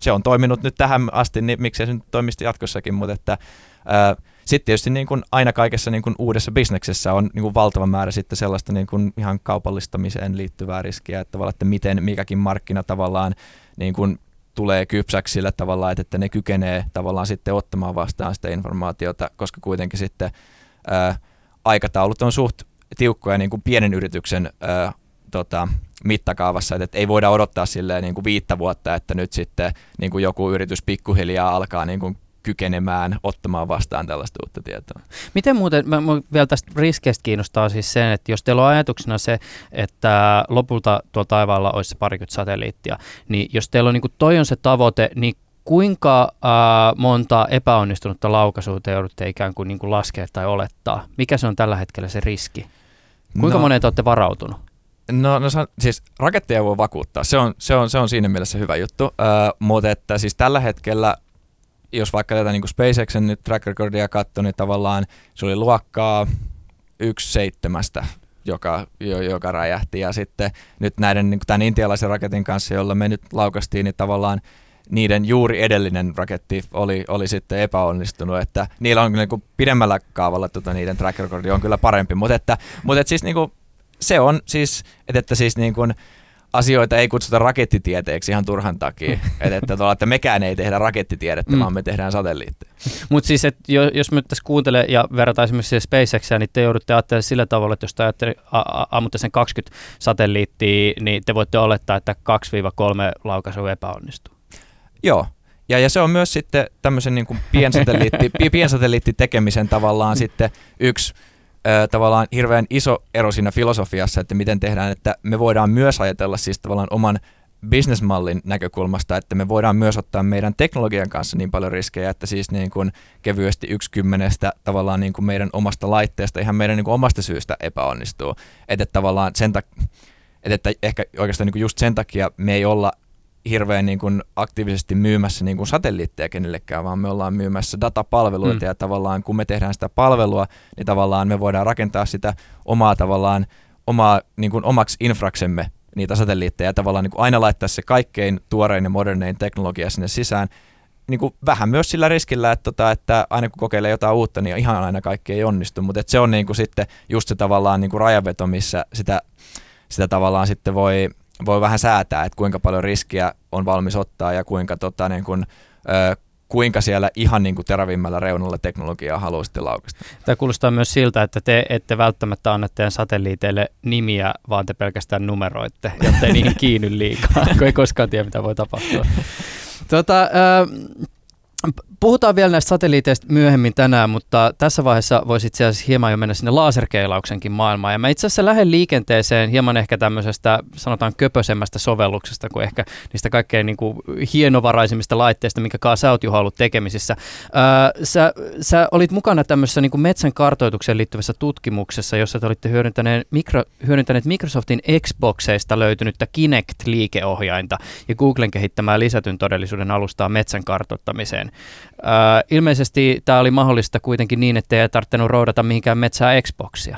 Speaker 4: se on toiminut nyt tähän asti, niin miksei se nyt toimisi jatkossakin, mutta että ää, sitten tietysti niin kuin aina kaikessa niin kuin uudessa bisneksessä on niin kuin valtava määrä sitten sellaista niin kuin ihan kaupallistamiseen liittyvää riskiä, että, että miten mikäkin markkina tavallaan niin kuin tulee kypsäksi sillä tavalla, että ne kykenee tavallaan sitten ottamaan vastaan sitä informaatiota, koska kuitenkin sitten ää, aikataulut on suht tiukkoja niin kuin pienen yrityksen ää, tota, mittakaavassa, että ei voida odottaa silleen niin kuin viittä vuotta, että nyt sitten niin kuin joku yritys pikkuhiljaa alkaa niin kuin kykenemään ottamaan vastaan tällaista uutta tietoa.
Speaker 3: Miten muuten, mä, mä vielä tästä riskeistä kiinnostaa siis sen, että jos teillä on ajatuksena se, että lopulta tuolla taivaalla olisi se parikymmentä satelliittia, niin jos teillä on niin kuin toi on se tavoite, niin kuinka äh, monta epäonnistunutta laukaisua te joudutte ikään kuin, niin kuin laskea tai olettaa? Mikä se on tällä hetkellä se riski? Kuinka no, moneen te olette varautunut?
Speaker 4: No, no siis raketteja voi vakuuttaa, se on, se on, se on siinä mielessä hyvä juttu, uh, mutta että siis tällä hetkellä, jos vaikka tätä niin kuin SpaceXen nyt track recordia katsoi, niin tavallaan se oli luokkaa yksi seitsemästä, joka, joka räjähti, ja sitten nyt näiden niin kuin tämän intialaisen raketin kanssa, jolla me nyt laukaistiin, niin tavallaan niiden juuri edellinen raketti oli, oli sitten epäonnistunut, että niillä on niin kuin pidemmällä kaavalla tota, niiden track recordi on kyllä parempi, mutta että, mutta että siis niin kuin se on siis, että, että siis niin kuin asioita ei kutsuta rakettitieteeksi ihan turhan takia, että, että, että mekään ei tehdä rakettitiedettä, mm. vaan me tehdään satelliitteja.
Speaker 3: Mutta siis, että jos me tässä kuuntelee ja verrataan esimerkiksi SpaceXia, niin te joudutte ajattelemaan sillä tavalla, että jos te ammutte sen kaksikymmentä satelliittia, niin te voitte olettaa, että kaksi kolme laukaisua epäonnistuu.
Speaker 4: Joo. Ja, ja se on myös sitten tämmöisen niin kuin piensatelliitti, piensatelliittitekemisen tavallaan sitten yksi ö, tavallaan hirveän iso ero siinä filosofiassa, että miten tehdään, että me voidaan myös ajatella siis tavallaan oman businessmallin näkökulmasta, että me voidaan myös ottaa meidän teknologian kanssa niin paljon riskejä, että siis niin kuin kevyesti yksi kymmenestä tavallaan niin kuin meidän omasta laitteesta ihan meidän niin kuin omasta syystä epäonnistuu. Että tavallaan sen tak- että ehkä oikeastaan niin kuin just sen takia me ei olla hirveän niin kuin aktiivisesti myymässä niin kuin satelliitteja kenellekään, vaan me ollaan myymässä datapalveluita, mm. ja tavallaan kun me tehdään sitä palvelua, niin tavallaan me voidaan rakentaa sitä omaa tavallaan, omaa, niin kuin omaksi infraksemme niitä satelliitteja ja tavallaan niin kuin aina laittaa se kaikkein tuorein ja modernein teknologia sinne sisään. Niin kuin vähän myös sillä riskillä, että, tota, että aina kun kokeilee jotain uutta, niin ihan aina kaikki ei onnistu, mutta se on niin kuin sitten just se tavallaan niin kuin rajanveto, missä sitä, sitä tavallaan sitten voi voi vähän säätää, että kuinka paljon riskiä on valmis ottaa ja kuinka, tota, niin kuin, ö, kuinka siellä ihan niin kuin terävimmällä reunalla teknologiaa haluaa sitten laukaista.
Speaker 3: Tämä kuulostaa myös siltä, että te ette välttämättä anna teidän satelliiteille nimiä, vaan te pelkästään numeroitte, jotta ei niihin kiinny liikaa, kun ei koskaan tiedä, mitä voi tapahtua. Tota, ö, Puhutaan vielä näistä satelliiteista myöhemmin tänään, mutta tässä vaiheessa voisi itse asiassa hieman jo mennä sinne laserkeilauksenkin maailmaan. Ja mä itse asiassa lähden liikenteeseen hieman ehkä tämmöisestä, sanotaan köpösemmästä sovelluksesta kuin ehkä niistä kaikkein niin kuin hienovaraisimmista laitteista, minkä kanssa sä oot Juha ollut tekemisissä. Öö, sä, sä olit mukana tämmöisessä niin kuin metsän kartoitukseen liittyvässä tutkimuksessa, jossa te olitte hyödyntäneet, mikro, hyödyntäneet Microsoftin Xboxeista löytynyttä Kinect-liikeohjainta ja Googlen kehittämää lisätyn todellisuuden alustaa metsän kartoittamiseen. Äh, ilmeisesti tämä oli mahdollista kuitenkin niin, että ei tarvinnut roudata mihinkään metsää Xboxia.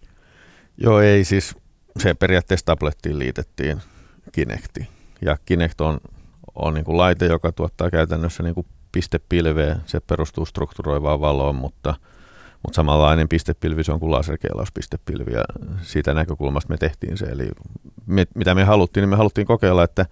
Speaker 5: Joo, ei siis. Se periaatteessa tablettiin liitettiin Kinecti. Ja Kinect on, on niin kuin laite, joka tuottaa käytännössä niin kuin pistepilveä. Se perustuu strukturoivaan valoon, mutta, mutta samanlainen pistepilvi se on kuin laserkeilauspistepilvi. Ja siitä näkökulmasta me tehtiin se. Eli me, mitä me haluttiin, niin me haluttiin kokeilla, että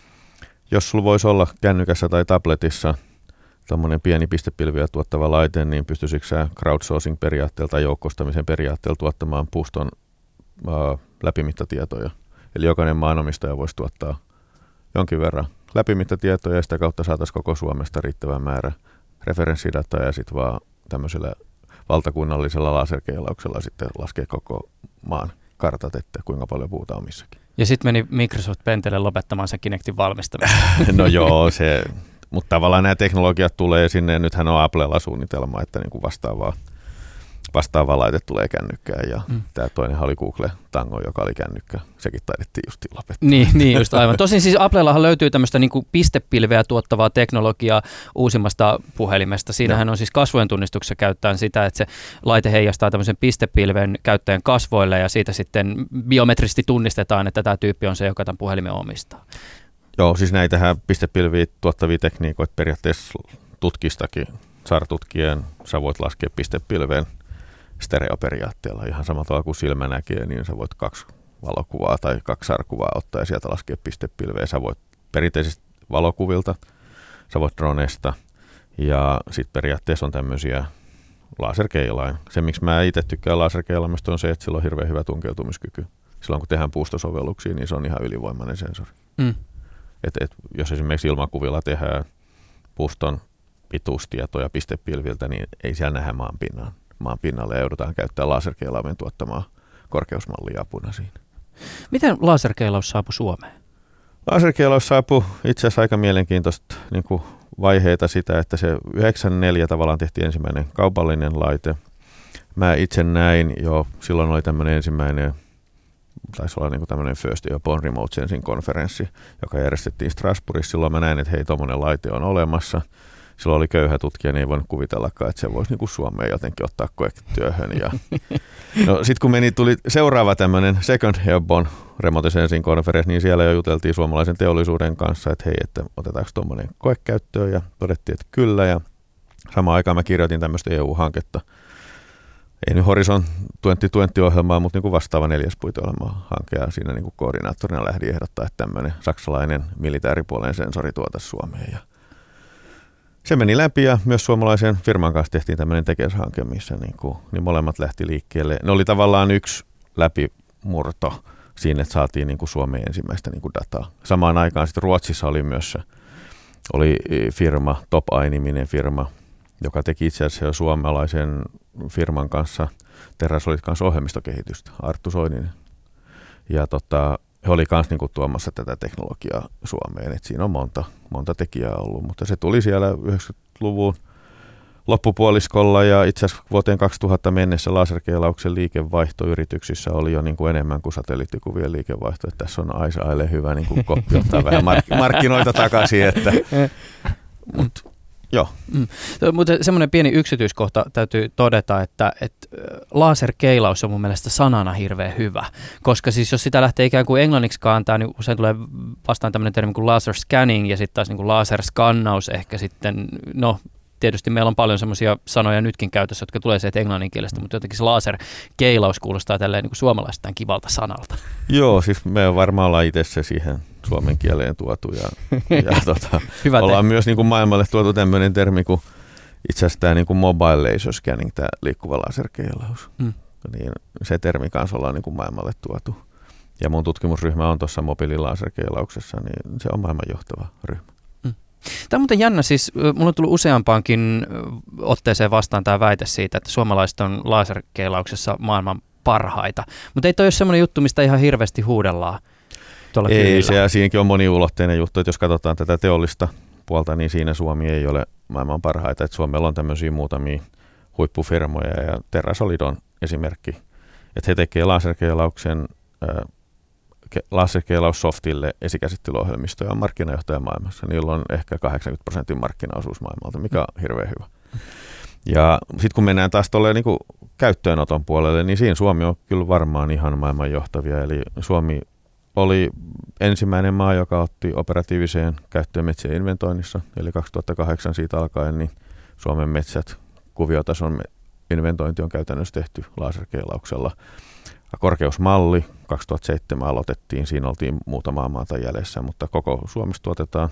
Speaker 5: jos sulla voisi olla kännykässä tai tabletissa tämmöinen pieni pistepilviä tuottava laite, niin pystyisikö sä crowdsourcing-periaatteella tai joukkoistamisen periaatteella tuottamaan puuston ää, läpimittatietoja. Eli jokainen maanomistaja voisi tuottaa jonkin verran läpimittatietoja ja sitä kautta saataisiin koko Suomesta riittävän määrä referenssidataa ja sitten vaan tämmöisellä valtakunnallisella laserkeilauksella sitten laskee koko maan kartat, että kuinka paljon puuta on missäkin.
Speaker 3: Ja sitten meni Microsoft Pentelle lopettamaan sen Kinectin valmistamista.
Speaker 5: No joo, se... Mutta tavallaan nämä teknologiat tulee sinne, ja nythän on Applella suunnitelma, että niin kuin vastaavaa, vastaavaa laite tulee kännykkään, ja mm. tämä toinen oli Google Tango, joka oli kännykkä. Sekin taidettiin justiin lopettaa.
Speaker 3: Niin, niin just aivan. Tosin siis Applellahan löytyy tämmöistä niin kuin pistepilveä tuottavaa teknologiaa uusimmasta puhelimesta. Siinähän on siis kasvojen tunnistuksessa käyttäen sitä, että se laite heijastaa tämmöisen pistepilven käyttäjän kasvoille, ja siitä sitten biometrisesti tunnistetaan, että tämä tyyppi on se, joka tämän puhelimen omistaa.
Speaker 5: Joo, siis näitähän pistepilviä tuottavia tekniikoita periaatteessa tutkistakin. SAR-tutkien sä voit laskea pistepilveen stereoperiaatteella. Ihan samalla tavalla kuin silmä näkee, niin sä voit kaksi valokuvaa tai kaksi SAR-kuvaa ottaa ja sieltä laskea pistepilveen. Sä voit perinteisesti valokuvilta, sä voit dronesta ja sitten periaatteessa on tämmöisiä laserkeilain. Se, miksi mä itse tykkään laserkeilaimesta, on se, että sillä on hirveän hyvä tunkeutumiskyky. Silloin kun tehdään puustosovelluksia, niin se on ihan ylivoimainen sensori. Mm. Et, et, jos esimerkiksi ilmakuvilla tehdään puuston pituustietoja pistepilviltä, niin ei siellä nähdä maan pinnan. Maan pinnalle joudutaan käyttämään laserkeilaimen tuottamaa korkeusmallia apuna siinä.
Speaker 3: Miten laserkeilaus saapui Suomeen?
Speaker 5: Laserkeilaus saapui itse asiassa aika mielenkiintoista niin kuin vaiheita sitä, että se yhdeksänkymmentäneljä tavallaan tehtiin ensimmäinen kaupallinen laite. Mä itse näin jo, silloin oli tämmöinen ensimmäinen, taisi olla niin kuin tämmöinen First Upon Remote Sensing konferenssi, joka järjestettiin Strasbourgissa. Silloin mä näin, että hei, tommoinen laite on olemassa. Silloin oli köyhä tutkija, niin ei voinut kuvitellakaan, että se voisi niin kuin Suomeen jotenkin ottaa koetyöhön. Ja no, sitten kun meni, tuli seuraava tämmöinen Second Upon Remote Sensing konferenssi, niin siellä jo juteltiin suomalaisen teollisuuden kanssa, että hei, että otetaanko tuommoinen koekäyttöön, ja todettiin, että kyllä. Ja samaan aikaan mä kirjoitin tämmöistä E U-hanketta. Ei nyt Horizon kaksituhattakaksikymmentä-ohjelmaa, mutta niin kuin vastaava neljäs puiteohjelma-hanke, ja siinä niin kuin koordinaattorina lähdin ehdottaa, että tämmöinen saksalainen militaaripuolen sensori tuotaisiin Suomeen. Ja se meni läpi ja myös suomalaisen firman kanssa tehtiin tämmöinen Tekes-hanke, missä niin kuin, niin molemmat lähti liikkeelle. Ne oli tavallaan yksi läpimurto siinä, että saatiin niin kuin Suomeen ensimmäistä niin kuin dataa. Samaan aikaan sitten Ruotsissa oli myös oli firma, Top Eye-niminen firma, joka teki itse asiassa suomalaisen firman kanssa, Terrasolit kanssa ohjelmistokehitystä, Arttu Soininen. Ja tota, he oli myös niinku tuomassa tätä teknologiaa Suomeen, että siinä on monta, monta tekijää ollut, mutta se tuli siellä yhdeksänkymmentäluvun loppupuoliskolla ja itse asiassa vuoteen kaksituhatta mennessä laserkeilauksen liikevaihto yrityksissä oli jo niinku enemmän kuin satelliittikuvien liikevaihto, että tässä on Aisaille hyvä niinku koppi ottaa vähän mark- markkinoita takaisin, että mut, joo.
Speaker 3: Mm. Mutta semmoinen pieni yksityiskohta täytyy todeta, että, että laserkeilaus on mun mielestä sanana hirveän hyvä, koska siis jos sitä lähtee ikään kuin englanniksi kaantaa, niin usein tulee vastaan tämmöinen termi kuin laser scanning ja sitten taas niin kuin laserskannaus ehkä sitten, no tietysti meillä on paljon semmoisia sanoja nytkin käytössä, jotka tulee sieltä englannin kielestä, mutta jotenkin se laserkeilaus kuulostaa tälleen niin kuin suomalaistaan kivalta sanalta.
Speaker 5: Joo, siis me varmaan ollaan itse se siihen suomen kieleen tuotu ja, ja tota, ollaan myös niin kuin maailmalle tuotu tämmöinen termi kuin itse asiassa tämä niin kuin mobile laser scanning, tämä liikkuva laserkeilaus. Mm. Niin se termi kanssa ollaan niin kuin maailmalle tuotu. Ja mun tutkimusryhmä on tuossa mobiililaserkeilauksessa, niin se on maailman johtava ryhmä.
Speaker 3: Tämä on muuten jännä, siis mulla on tullut useampaankin otteeseen vastaan tämä väite siitä, että suomalaiset on laserkeilauksessa maailman parhaita, mutta ei toi ole semmoinen juttu, mistä ihan hirveästi huudellaan tuolla
Speaker 5: Ei,
Speaker 3: kyydillä.
Speaker 5: se, siinäkin on moniulotteinen juttu, että jos katsotaan tätä teollista puolta, niin siinä Suomi ei ole maailman parhaita, että Suomella on tämmöisiä muutamia huippufirmoja ja Terrasolid on esimerkki, että he tekevät laserkeilauksen laserkeilaussoftille esikäsittelyohjelmistoja on markkinajohtaja maailmassa. Niillä on ehkä kahdeksankymmentä prosentin markkinaosuus maailmalta, mikä on hirveän hyvä. Ja sitten kun mennään taas tuolle niin kuin käyttöönoton puolelle, niin siinä Suomi on kyllä varmaan ihan maailman johtavia. Eli Suomi oli ensimmäinen maa, joka otti operatiiviseen käyttöön metsien inventoinnissa. Eli kaksituhattakahdeksan siitä alkaen niin Suomen metsät, kuviotason inventointi on käytännössä tehty laserkeilauksella. Korkeusmalli kaksituhattaseitsemän aloitettiin, siinä oltiin muutamaa maata jäljessä, mutta koko Suomessa tuotetaan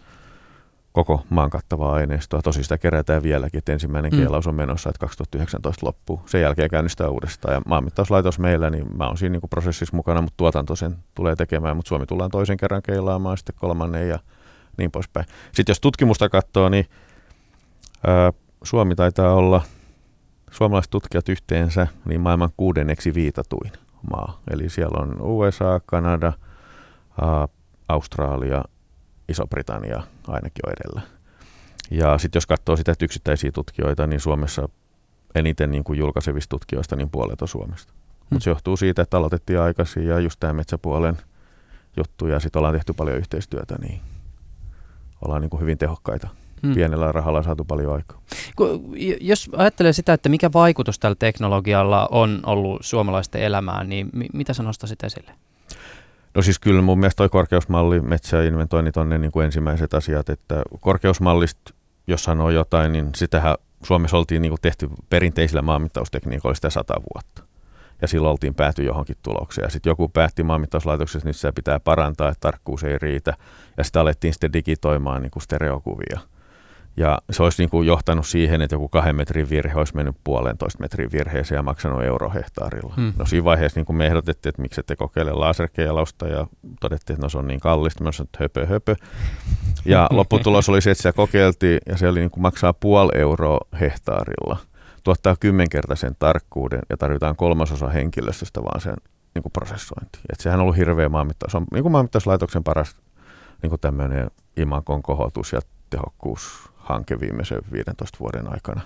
Speaker 5: koko maan kattavaa aineistoa. Tosi sitä kerätään vieläkin, että ensimmäinen mm. keilaus on menossa, että kaksituhattayhdeksäntoista loppuu. Sen jälkeen käynnistää uudestaan. Ja maanmittauslaitos meillä, niin mä oon siinä niin kuin prosessissa mukana, mutta tuotanto sen tulee tekemään. Mutta Suomi tullaan toisen kerran keilaamaan, sitten kolmannen ja niin poispäin. Sitten jos tutkimusta katsoo, niin ää, Suomi taitaa olla suomalaiset tutkijat yhteensä niin maailman kuudenneksi viitatuin maa. Eli siellä on U S A, Kanada, ää, Australia, Iso-Britannia ainakin on edellä. Ja sitten jos katsoo sitä yksittäisiä tutkijoita, niin Suomessa eniten niin kuin julkaisevista tutkijoista niin puolet on Suomesta. Hmm. Mutta se johtuu siitä, että aloitettiin aikaisin ja just tämä metsäpuolen juttu ja sitten ollaan tehty paljon yhteistyötä, niin ollaan niin kuin hyvin tehokkaita. Hmm. Pienellä rahalla on saatu paljon aikaa.
Speaker 3: Jos ajattelee sitä, että mikä vaikutus tällä teknologialla on ollut suomalaisten elämään, niin mitä sä nostaisit esille?
Speaker 5: No siis kyllä mun mielestä toi korkeusmalli, metsäinventoinnit on ne niin kuin ensimmäiset asiat, että korkeusmallista, jos sanoo jotain, niin sitähän Suomessa oltiin niin kuin tehty perinteisillä maanmittaustekniikoilla sitä sata vuotta. Ja silloin oltiin pääty johonkin tulokseen. Ja sitten joku päätti maanmittauslaitoksessa, että nyt sitä pitää parantaa, että tarkkuus ei riitä. Ja sitten alettiin sitten digitoimaan niin kuin stereokuvia. Ja se olisi niin kuin johtanut siihen, että joku kahden metrin virhe olisi mennyt puolentoista metrin virheeseen ja maksanut eurohehtaarilla. Hmm. No siinä vaiheessa niin kuin me ehdotettiin, että miksi ette kokeile laserkeilausta ja todettiin, että no se on niin kallista. Mä sanoin, että höpö höpö. Ja lopputulos oli se, että sitä kokeiltiin ja se oli niin kuin maksaa puoli euroa hehtaarilla. Tuottaa kymmenkertaisen tarkkuuden ja tarvitaan kolmasosa henkilöstöstä vaan sen niin kuin prosessointiin. Et sehän on ollut hirveä maanmittaus. Se on niin kuin maanmittauslaitoksen paras niin kuin tämmöinen imakon kohotus ja tehokkuushanke viimeisen viidentoista vuoden aikana.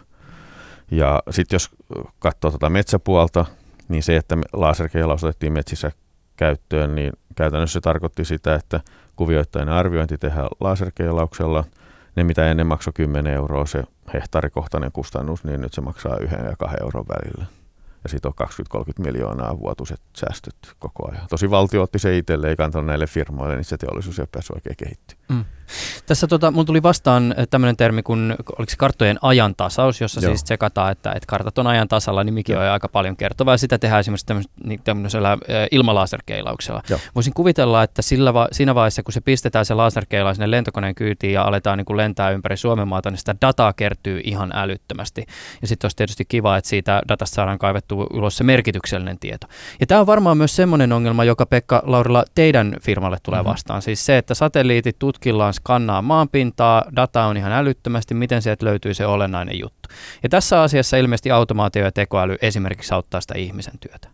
Speaker 5: Ja sitten jos katsoo tuota metsäpuolta, niin se, että laserkeilaus otettiin metsissä käyttöön, niin käytännössä se tarkoitti sitä, että kuvioittainen arviointi tehdään laserkeilauksella. Ne, mitä ennen maksoi kymmenen euroa se hehtaarikohtainen kustannus, niin nyt se maksaa yhden ja kahden euron välillä. Ja siitä on kaksikymmentä kolmekymmentä miljoonaa vuotuiset säästöt koko ajan. Tosi valtio otti se itselleen, ei kantanut näille firmoille, niin se teollisuus ei päässyt oikein kehittyä. Mm.
Speaker 3: Tässä tota, mun tuli vastaan tämmöinen termi kuin, oliko se karttojen ajantasaus, jossa Joo. siis tsekataan, että, että kartat on ajan tasalla, nimikin on aika paljon kertovaa. Ja sitä tehdään esimerkiksi niin tämmöisellä ilmalaaserkeilauksella. Joo. Voisin kuvitella, että sillä va- siinä vaiheessa, kun se pistetään se laserkeilaus sinne lentokoneen kyytiin ja aletaan niin kuin lentää ympäri Suomen maata, niin sitä dataa kertyy ihan älyttömästi. Ja sitten olisi tietysti kiva, että siitä datasta saadaan kaivettua ulos se merkityksellinen tieto. Ja tämä on varmaan myös semmoinen ongelma, joka Pekka Laurila teidän firmalle tulee mm-hmm. vastaan. Siis se, että satelliitit tutkillaan skannaa maanpintaa, data on ihan älyttömästi, miten sieltä löytyy se olennainen juttu. Ja tässä asiassa ilmeisesti automaatio ja tekoäly esimerkiksi auttaa sitä ihmisen työtä.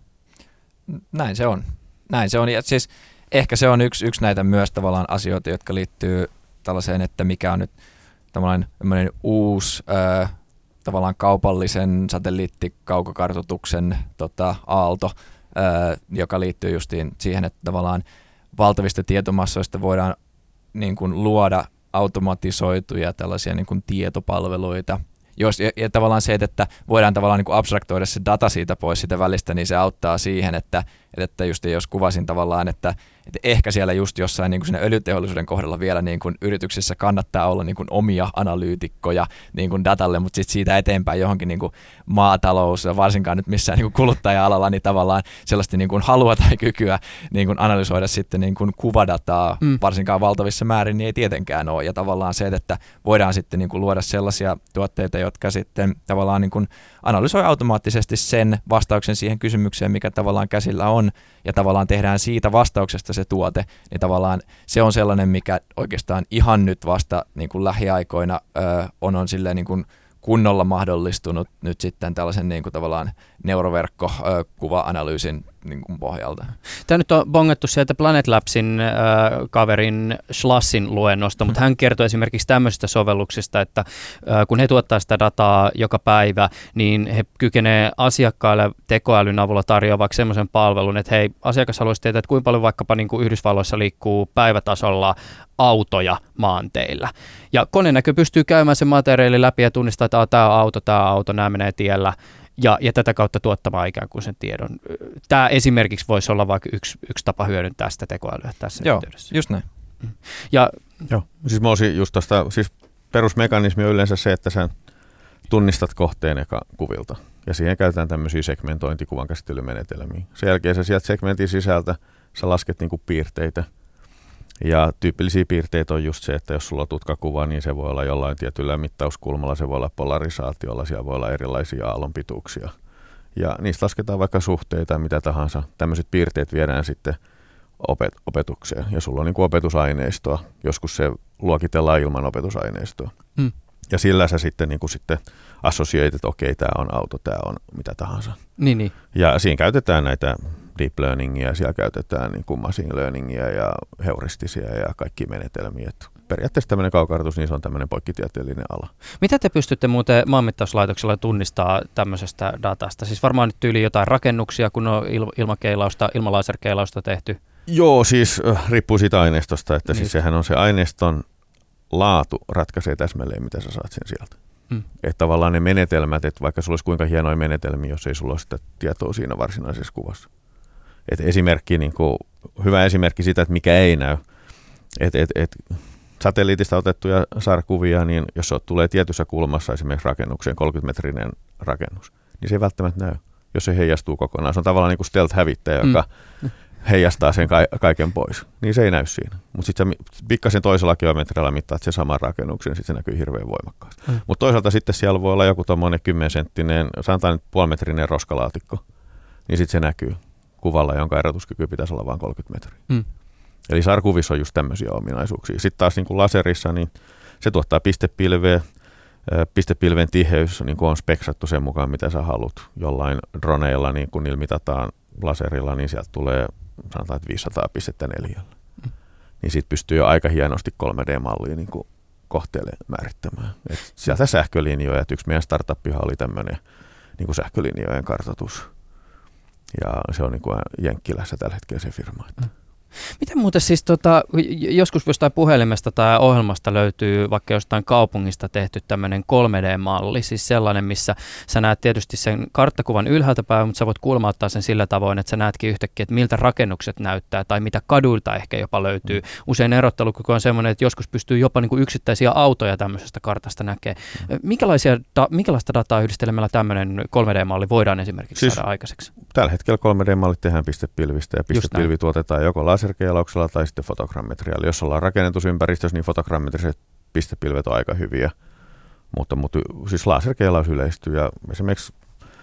Speaker 4: Näin se on. Näin se on. Ja siis ehkä se on yksi, yksi näitä myös tavallaan asioita, jotka liittyy tällaiseen, että mikä on nyt tämmöinen uusi äh, tavallaan kaupallisen satelliittikaukokartoituksen tota, aalto, äh, joka liittyy justiin siihen, että tavallaan valtavista tietomassoista voidaan niin kuin luoda automatisoituja tällaisia niin kuin tietopalveluita. Jos, ja, ja tavallaan se, että voidaan tavallaan niin kuin abstraktoida se data siitä pois sitä välistä, niin se auttaa siihen, että, että just jos kuvasin tavallaan, että, että ehkä siellä just jossain niin kuin siinä öljyteollisuuden kohdalla vielä niin kuin yrityksissä kannattaa olla niin kuin omia analyytikkoja niin kuin datalle, mutta sitten siitä eteenpäin johonkin niin kuin maatalous, varsinkaan nyt missään niin kuin kuluttaja-alalla, niin tavallaan sellaista niin kuin halua tai kykyä niin kuin analysoida sitten niin kuin kuvadataa, mm. varsinkaan valtavissa määrin, niin ei tietenkään ole. Ja tavallaan se, että voidaan sitten niin kuin luoda sellaisia tuotteita, jotka sitten tavallaan niin kuin analysoi automaattisesti sen vastauksen siihen kysymykseen, mikä tavallaan käsillä on, ja tavallaan tehdään siitä vastauksesta se tuote, niin tavallaan se on sellainen, mikä oikeastaan ihan nyt vasta niin kuin lähiaikoina ö, on, on silleen niin kuin kunnolla mahdollistunut nyt sitten tällaisen niin kuin tavallaan neuroverkkokuva-analyysin niin kuin pohjalta.
Speaker 3: Tämä nyt on bongattu sieltä Planet Labsin äh, kaverin Schlassin luennosta, mutta hän kertoi esimerkiksi tämmöisistä sovelluksista, että äh, kun he tuottaa sitä dataa joka päivä, niin he kykenevät asiakkaille tekoälyn avulla tarjoavaksi semmoisen palvelun, että hei, asiakas haluaisi tietää, että kuinka paljon vaikkapa niin kuin Yhdysvalloissa liikkuu päivätasolla autoja maanteillä. Ja konenäkö pystyy käymään sen materiaalin läpi ja tunnistaa, että tämä on auto, tämä on auto, nämä menee tiellä. Ja, ja tätä kautta tuottamaan ikään kuin sen tiedon. Tämä esimerkiksi voisi olla vaikka yksi, yksi tapa hyödyntää sitä tekoälyä tässä
Speaker 4: Joo,
Speaker 3: yhteydessä.
Speaker 4: Just näin.
Speaker 3: Ja,
Speaker 5: Joo, siis mä olisin just tosta, siis perusmekanismi on yleensä se, että sä tunnistat kohteen eka kuvilta. Ja siihen käytetään tämmöisiä segmentointikuvan käsittelymenetelmiä. Sen jälkeen sä sieltä segmentin sisältä sä lasket niinku piirteitä. Ja tyypillisiä piirteitä on just se, että jos sulla on tutkakuva, niin se voi olla jollain tietyllä mittauskulmalla, se voi olla polarisaatiolla, siellä voi olla erilaisia aallonpituuksia. Ja niistä lasketaan vaikka suhteita, mitä tahansa. Tämmöiset piirteet viedään sitten opet- opetukseen, ja sulla on niin kuin opetusaineistoa. Joskus se luokitellaan ilman opetusaineistoa. Hmm. Ja sillä sä sitten, niin kuin sitten associoit, että okei, tämä on auto, tämä on mitä tahansa.
Speaker 3: Niin, niin.
Speaker 5: Ja siinä käytetään näitä deep learningia, siellä käytetään niin kuin machine learningia ja heuristisia ja kaikkia menetelmiä. Et periaatteessa tämmöinen kaukartoitus, niin se on tämmöinen poikkitieteellinen ala.
Speaker 3: Mitä te pystytte muuten maanmittauslaitoksella tunnistaa tämmöisestä datasta? Siis varmaan nyt tyyliin jotain rakennuksia, kun on il- ilmakeilausta, ilmalaiserkeilausta tehty.
Speaker 5: Joo, siis äh, riippuu siitä aineistosta, että niin. Siis sehän on se aineiston laatu ratkaisee täsmälleen, mitä sä saat sen sieltä. Hmm. Että tavallaan ne menetelmät, että vaikka sulla olisi kuinka hienoja menetelmiä, jos ei sulla ole sitä tietoa siinä varsinaisessa kuvassa. Et esimerkki, niin kuin, hyvä esimerkki siitä, että mikä ei näy. Et, et, et, satelliitista otettuja sarkuvia, niin jos se tulee tietyssä kulmassa esimerkiksi rakennukseen, kolmekymmentä-metrinen rakennus, niin se ei välttämättä näy, jos se heijastuu kokonaan. Se on tavallaan niin kuin stealth-hävittäjä, joka mm. heijastaa sen ka- kaiken pois. Niin se ei näy siinä. Mutta sitten sä pikkasen toisella geometrialla mittaat sen saman rakennuksen, niin sitten se näkyy hirveän voimakkaasti. Mm. Mutta toisaalta sitten siellä voi olla joku tuommoinen kymmensenttinen, sanotaan nyt puolimetrinen roskalaatikko, niin sitten se näkyy kuvalla, jonka erotuskyky pitäisi olla vain kolmekymmentä metriä. Mm. Eli sarkuvissa on just tämmöisiä ominaisuuksia. Sitten taas niin kuin laserissa, niin se tuottaa pistepilveä. Pistepilven tiheys niin kuin on speksattu sen mukaan, mitä sä haluat. Jollain droneilla, niin kun niillä mitataan laserilla, niin sieltä tulee sanotaan, että viisisataa pistettä neljällä. Mm. Niin siitä pystyy jo aika hienosti kolme D-mallia niin kuin kohteelle määrittämään. Et sieltä sähkölinjoja. Et yksi meidän startuppihan oli tämmöinen niin kuin sähkölinjojen kartoitus. Ja se on niin kuin Jenkkilässä tällä hetkellä se firma. Mm.
Speaker 3: Miten muuten siis, tota, joskus jostain puhelimesta tai ohjelmasta löytyy vaikka jostain kaupungista tehty tämmöinen kolme D-malli, siis sellainen, missä sä näet tietysti sen karttakuvan ylhäältä päin, mutta sä voit kulmauttaa sen sillä tavoin, että sä näetkin yhtäkkiä, että miltä rakennukset näyttää tai mitä kaduilta ehkä jopa löytyy. Usein erottelukyky on semmoinen, että joskus pystyy jopa niin kuin yksittäisiä autoja tämmöisestä kartasta näkemään. Minkälaisia, da, minkälaista dataa yhdistelemällä tämmöinen kolme D-malli voidaan esimerkiksi siis saada aikaiseksi?
Speaker 5: Tällä hetkellä kolme D-mallit tehdään pistepilvistä ja pistepilvi tuotetaan joko laserkeilauksella tai sitten fotogrammetrialla. Jos ollaan rakennetusympäristössä, niin fotogrammetriset pistepilvet on aika hyviä, mutta, mutta siis laserkeilaus yleistyy ja esimerkiksi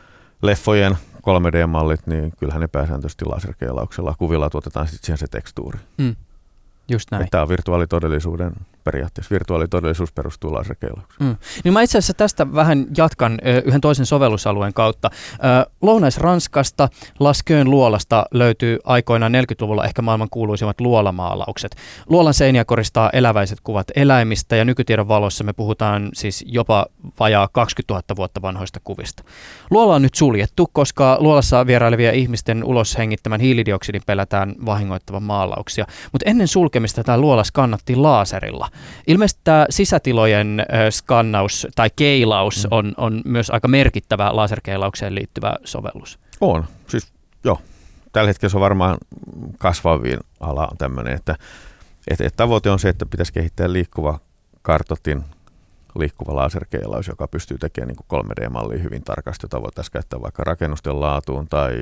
Speaker 5: leffojen kolme D-mallit, niin kyllähän ne pääsääntöisesti laserkeilauksella. Kuvilla tuotetaan sitten siihen se tekstuuri. Mm.
Speaker 3: Just näin.
Speaker 5: Tämä on virtuaalitodellisuuden periaatteessa. Virtuaalitodellisuus perustuu laserkeilaukseen. Mm.
Speaker 3: Niin mä itse asiassa tästä vähän jatkan ö, yhden toisen sovellusalueen kautta. Ö, Lounais-Ranskasta Laskeön luolasta löytyy aikoinaan neljäkymmentäluvulla ehkä maailman kuuluisimmat luolamaalaukset. Luolan seiniä koristaa eläväiset kuvat eläimistä ja nykytiedon valossa me puhutaan siis jopa vajaa kaksikymmentätuhatta vuotta vanhoista kuvista. Luola on nyt suljettu, koska luolassa vierailevia ihmisten ulos hengittämän hiilidioksidin pelätään vahingoittavan maalauksia. Mutta ennen sulkemista tämä luola skannattiin laaserilla. Ilmeisesti tämä sisätilojen ö, skannaus tai keilaus mm. on, on myös aika merkittävä laserkeilaukseen liittyvä sovellus.
Speaker 5: On. Siis joo. Tällä hetkellä se on varmaan kasvavin ala on tämmöinen, että, että, että tavoite on se, että pitäisi kehittää liikkuva kartoitin, liikkuva laserkeilaus, joka pystyy tekemään niin kuin kolme D-mallia hyvin tarkasti, jota voitaisiin käyttää vaikka rakennusten laatuun tai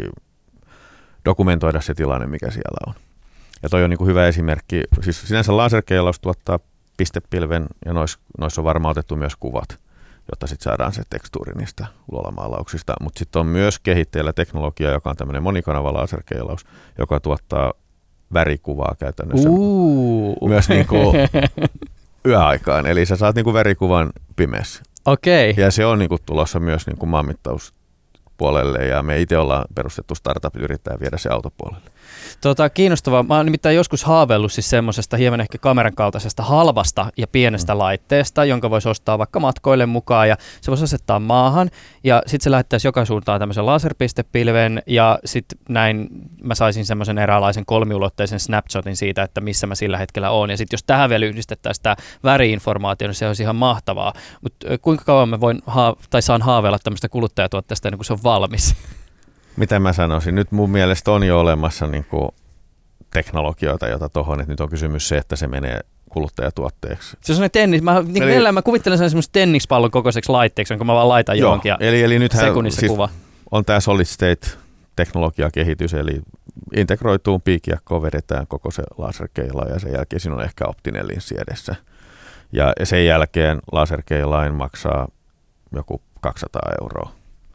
Speaker 5: dokumentoida se tilanne, mikä siellä on. Ja toi on niin kuin hyvä esimerkki. Siis sinänsä laserkeilaus tuottaa pistepilven ja noissa nois on varmaan otettu myös kuvat, jotta sitten saadaan se tekstuuri niistä luolamaalauksista. Mutta sitten on myös kehitteillä teknologia, joka on tämmöinen monikanava laserkeilaus, joka tuottaa värikuvaa käytännössä
Speaker 3: uh.
Speaker 5: myös niin kuin yöaikaan. Eli sä saat niin kuin värikuvan pimeässä.
Speaker 3: Okay.
Speaker 5: Ja se on niin kuin tulossa myös niin kuin maanmittauspuolelle ja me itse ollaan perustettu startup, yrittää viedä se autopuolelle.
Speaker 3: Tota, kiinnostavaa. Mä oon nimittäin joskus haaveillut siis semmoisesta hieman ehkä kameran kaltaisesta halvasta ja pienestä mm. laitteesta, jonka voisi ostaa vaikka matkoille mukaan ja se voisi asettaa maahan ja sitten se lähettäisi joka suuntaan tämmöisen laserpistepilven ja sitten näin mä saisin semmoisen eräänlaisen kolmiulotteisen snapshotin siitä, että missä mä sillä hetkellä oon ja sitten jos tähän vielä yhdistettäisiin tämä väri-informaatio, niin se olisi ihan mahtavaa. Mutta kuinka kauan mä voin haa- tai saan haaveilla tämmöistä kuluttajatuotteesta ennen kuin se on valmis?
Speaker 5: Mitä mä sanoisin? Nyt mun mielestä on jo olemassa niin kuin teknologioita, joita tuohon, että nyt on kysymys se, että se menee kuluttajatuotteeksi. Se on
Speaker 3: sellainen tennis, mä, niin eli, mielellään mä kuvittelen sen semmoisen tennispallon kokoiseksi laitteeksi, jonka mä vaan laitan joo, johonkin
Speaker 5: eli, eli nythän
Speaker 3: sekunnissa
Speaker 5: siis
Speaker 3: kuva.
Speaker 5: On tämä solid state teknologiakehitys, eli integroituun piikijakkoon vedetään koko se laserkeila ja sen jälkeen siinä on ehkä optinen linssi edessä. Ja sen jälkeen laserkeilain maksaa joku kaksisataa euroa.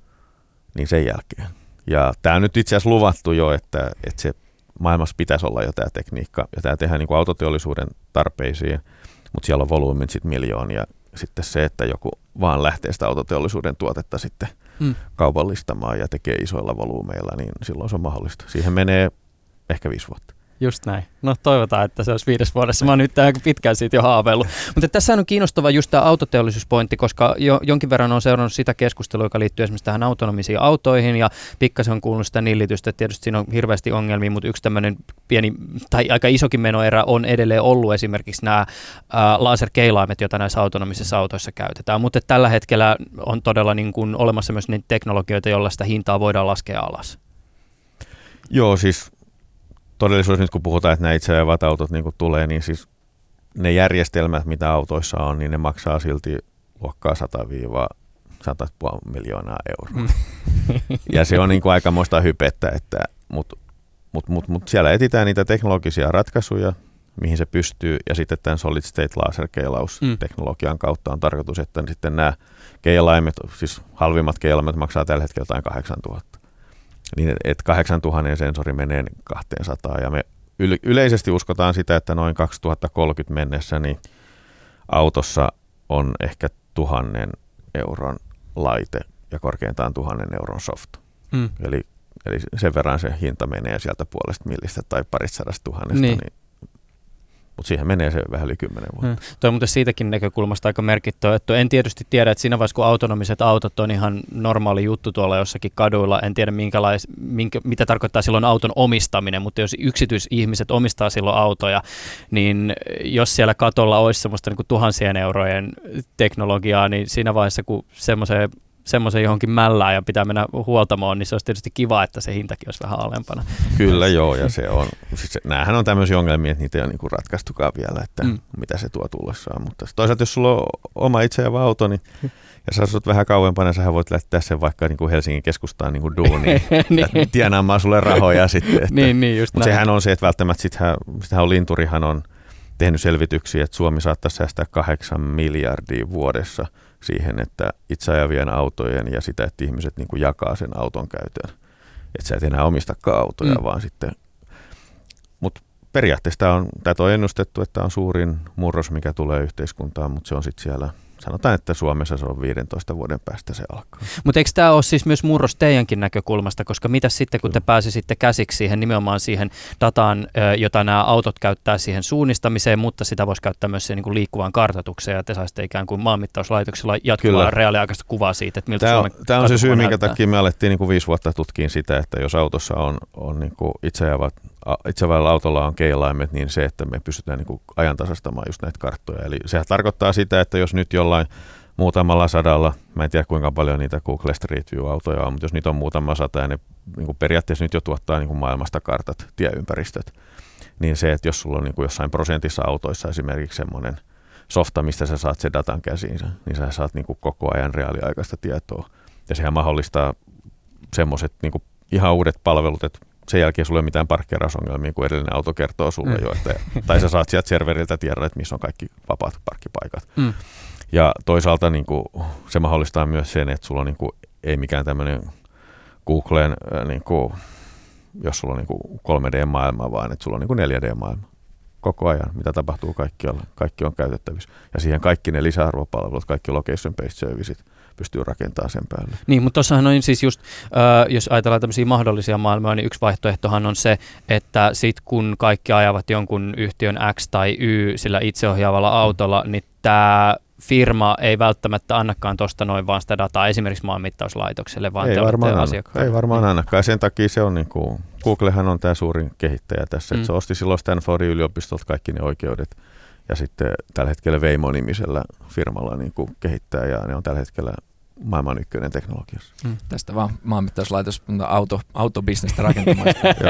Speaker 5: Niin sen jälkeen. Ja tämä on nyt itse asiassa luvattu jo, että, että se maailmassa pitäisi olla jo tämä tekniikka. Ja tämä tehdään niin kuin autoteollisuuden tarpeisiin, mutta siellä on volyymin sitten miljoonia. Sitten se, että joku vaan lähtee sitä autoteollisuuden tuotetta sitten hmm. kaupallistamaan ja tekee isoilla volyymeilla, niin silloin se on mahdollista. Siihen menee ehkä viisi vuotta.
Speaker 3: Just näin. No toivotaan, että se olisi viides vuodessa. Mä oon nyt aika pitkään siitä jo haaveillut. Mutta tässä on kiinnostava just tämä autoteollisuuspointti, koska jo, jonkin verran on seurannut sitä keskustelua, joka liittyy esimerkiksi tähän autonomisiin autoihin ja pikkasen on kuullut sitä nillitystä. Tietysti siinä on hirveästi ongelmia, mutta yksi tämmöinen pieni tai aika isokin menoerä on edelleen ollut esimerkiksi nämä ää, laserkeilaimet, joita näissä autonomisissa autoissa käytetään. Mutta tällä hetkellä on todella niin kuin olemassa myös niitä teknologioita, joilla sitä hintaa voidaan laskea alas.
Speaker 5: Joo, siis todellisuudessa nyt kun puhutaan, että nämä itseajavat autot niin kuin tulee, niin siis ne järjestelmät, mitä autoissa on, niin ne maksaa silti luokkaa sata sata miljoonaa euroa. Ja se on niin kuin aikamoista hypettä, että, mutta mut, mut, mut siellä etsitään niitä teknologisia ratkaisuja, mihin se pystyy, ja sitten tämän solid state laserkeilausteknologian kautta on tarkoitus, että sitten nämä keilaimet, siis halvimmat keilaimet maksaa tällä hetkellä jotain kahdeksantuhatta. Niin, että kahdeksantuhatta sensori menee kaksisataa, ja me yleisesti uskotaan sitä, että noin kaksituhattakolmekymmentä mennessä niin autossa on ehkä tuhannen euron laite ja korkeintaan tuhannen euron soft. Mm. Eli, eli sen verran se hinta menee sieltä puolesta millistä tai parista sadasta tuhannesta. Niin. Niin, mutta siihen menee se vähän yli kymmenen vuotta. Hmm.
Speaker 3: Tuo on muuten siitäkin näkökulmasta aika merkittävä. Että en tietysti tiedä, että siinä vaiheessa kun autonomiset autot on ihan normaali juttu tuolla jossakin kaduilla, en tiedä minkälais, minkä, mitä tarkoittaa silloin auton omistaminen, mutta jos yksityisihmiset omistaa silloin autoja, niin jos siellä katolla olisi semmoista niin kuin tuhansien eurojen teknologiaa, niin siinä vaiheessa kun semmoiseen semmoisen johonkin mällään ja pitää mennä huoltamoon, niin se olisi tietysti kiva, että se hintakin olisi vähän alempana.
Speaker 5: Kyllä joo, ja se on, siis näähän on tämmöisiä ongelmia, että niitä ei ole niinku ratkaistukaan vielä, että mm. mitä se tuo tullessaan. Mutta toisaalta jos sulla on oma itseävä auto, niin ja sä asut vähän kauempana, sähän voit lähteä sen vaikka niinku Helsingin keskustaan niinku duuniin niin. tienaamaan sulle rahoja sitten. Että,
Speaker 3: niin, niin, just
Speaker 5: mutta sehän on se, että välttämättä sittenhän, sittenhän on Linturihan on tehnyt selvityksiä, että Suomi saattaisi säästää kahdeksan miljardia vuodessa siihen, että itseajavien autojen ja sitä, että ihmiset niin kuin jakaa sen auton käytön. Että sä et enää omistakaan autoja, mm. vaan sitten. Mutta periaatteessa tämä on, tätä on ennustettu, että tämä on suurin murros, mikä tulee yhteiskuntaan, mutta se on sitten siellä, sanotaan, että Suomessa se on viidentoista vuoden päästä se alkaa.
Speaker 3: Mutta eikö tämä ole siis myös murros teidänkin näkökulmasta, koska mitä sitten, kun te pääsisitte käsiksi siihen nimenomaan siihen dataan, jota nämä autot käyttää siihen suunnistamiseen, mutta sitä voisi käyttää myös siihen niin kuin liikkuvaan kartoitukseen, ja te saisitte ikään kuin maanmittauslaitoksella jatkuvaa reaaliaikaista kuvaa siitä, että miltä Suomen
Speaker 5: Tämä on se syy, minkä takia me alettiin niin kuin viisi vuotta tutkiin sitä, että jos autossa on, on niin kuin itseajavat itseajavalla autolla on keilaimet, niin se, että me pystytään niin kuin ajantasaistamaan just näitä karttoja. Eli sehän tarkoittaa sitä, että jos nyt jollain muutamalla sadalla, mä en tiedä kuinka paljon niitä Google Street View-autoja on, mutta jos niitä on muutama sata ja ne niin kuin periaatteessa nyt jo tuottaa niin kuin maailmasta kartat, tieympäristöt, niin se, että jos sulla on niin kuin jossain prosentissa autoissa esimerkiksi semmoinen softa, mistä sä saat sen datan käsiinsä, niin sä saat niin kuin koko ajan reaaliaikaista tietoa. Ja sehän mahdollistaa semmoiset niin kuin ihan uudet palvelut, että sen jälkeen sulla ei ole mitään parkkeerausongelmia, kun edellinen auto kertoo sulle mm. jo, että, tai sä saat sieltä serveriltä tiedon, että missä on kaikki vapaat parkkipaikat. Mm. Ja toisaalta niin kuin, se mahdollistaa myös sen, että sulla on, niin kuin, ei mikään tämmöinen Googlen, niin kuin, jos sulla on niin kuin kolme D-maailma, vaan että sulla on niin kuin neljä D-maailma koko ajan, mitä tapahtuu kaikkialla. Kaikki on käytettävissä. Ja siihen kaikki ne lisäarvopalvelut, kaikki location-based serviceit pystyy rakentamaan sen päälle.
Speaker 3: Niin, mutta tuossahan on siis just, äh, jos ajatellaan tämmöisiä mahdollisia maailmoja, niin yksi vaihtoehtohan on se, että sit kun kaikki ajavat jonkun yhtiön X tai Y sillä itseohjaavalla autolla, niin tämä firma ei välttämättä annakaan tuosta noin vaan sitä dataa esimerkiksi maanmittauslaitokselle, vaan
Speaker 5: ei
Speaker 3: te
Speaker 5: varmaan
Speaker 3: olette asiakkaana.
Speaker 5: Ei varmaan ainakaan. Sen takia se on niin kuin, Googlehan on tämä suurin kehittäjä tässä. Mm. Se osti silloin Stanfordin yliopistolta kaikki ne oikeudet ja sitten tällä hetkellä Waymo-nimisellä firmalla niin kuin kehittää ja ne on tällä hetkellä maailman ykkönen teknologiassa.
Speaker 4: Mm. Tästä vaan maanmittauslaitos auto, autobisnestä rakentamaan.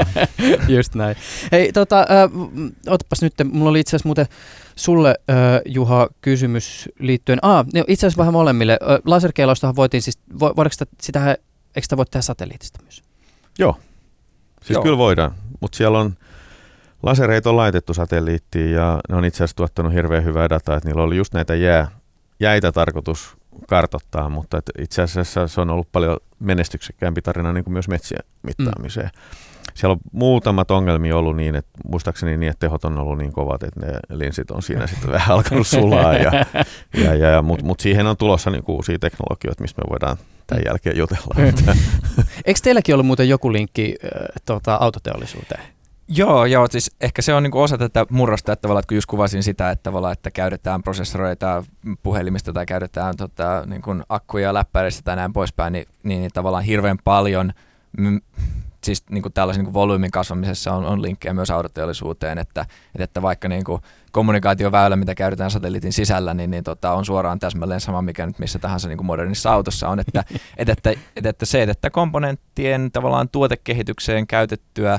Speaker 3: Just näin. Hei, tota, äh, otapas nyt, mulla oli itse asiassa muuten sulle, äh, Juha, kysymys liittyen, ah, itse asiassa vähän molemmille. Äh, laserkeilaustahan voitiin siis, vo, voidaanko sitä, sitä, eikö sitä voi tehdä satelliitista myös?
Speaker 5: Joo, siis Joo. kyllä voidaan, mutta siellä on lasereita on laitettu satelliittiin ja ne on itse asiassa tuottanut hirveän hyvää dataa, että niillä oli just näitä jää, jäitä tarkoitus kartoittaa, mutta et itse asiassa se on ollut paljon menestyksekkäämpi tarina niin kuin myös metsien mittaamiseen. Mm. Siellä on muutamat ongelmia ollut niin, että muistaakseni niin, että tehot on ollut niin kovat, että ne linssit on siinä sitten vähän alkanut sulaa, ja, ja, ja, mutta mut siihen on tulossa niin uusia teknologioita, mistä me voidaan tämän jälkeen jutella.
Speaker 3: Eikö teilläkin ollut muuten joku linkki äh, tuota, autoteollisuuteen?
Speaker 4: Joo, joo, siis ehkä se on niinku osa tätä murrosta, että, että kun just kuvasin sitä, että, että käytetään prosessoreita puhelimista tai käytetään tota, niinku akkuja läppäreistä tai näin poispäin, niin, niin, niin tavallaan hirveän paljon mm, siis niinku tällaisen niinku volyymin kasvamisessa on, on linkkejä myös autoteollisuuteen, että, että vaikka niinku kommunikaatioväylä, mitä käytetään satelliitin sisällä, niin, niin tota, on suoraan täsmälleen sama, mikä nyt missä tahansa niin kuin modernissa autossa on, että, että, että, että se, että komponenttien tavallaan tuotekehitykseen käytettyä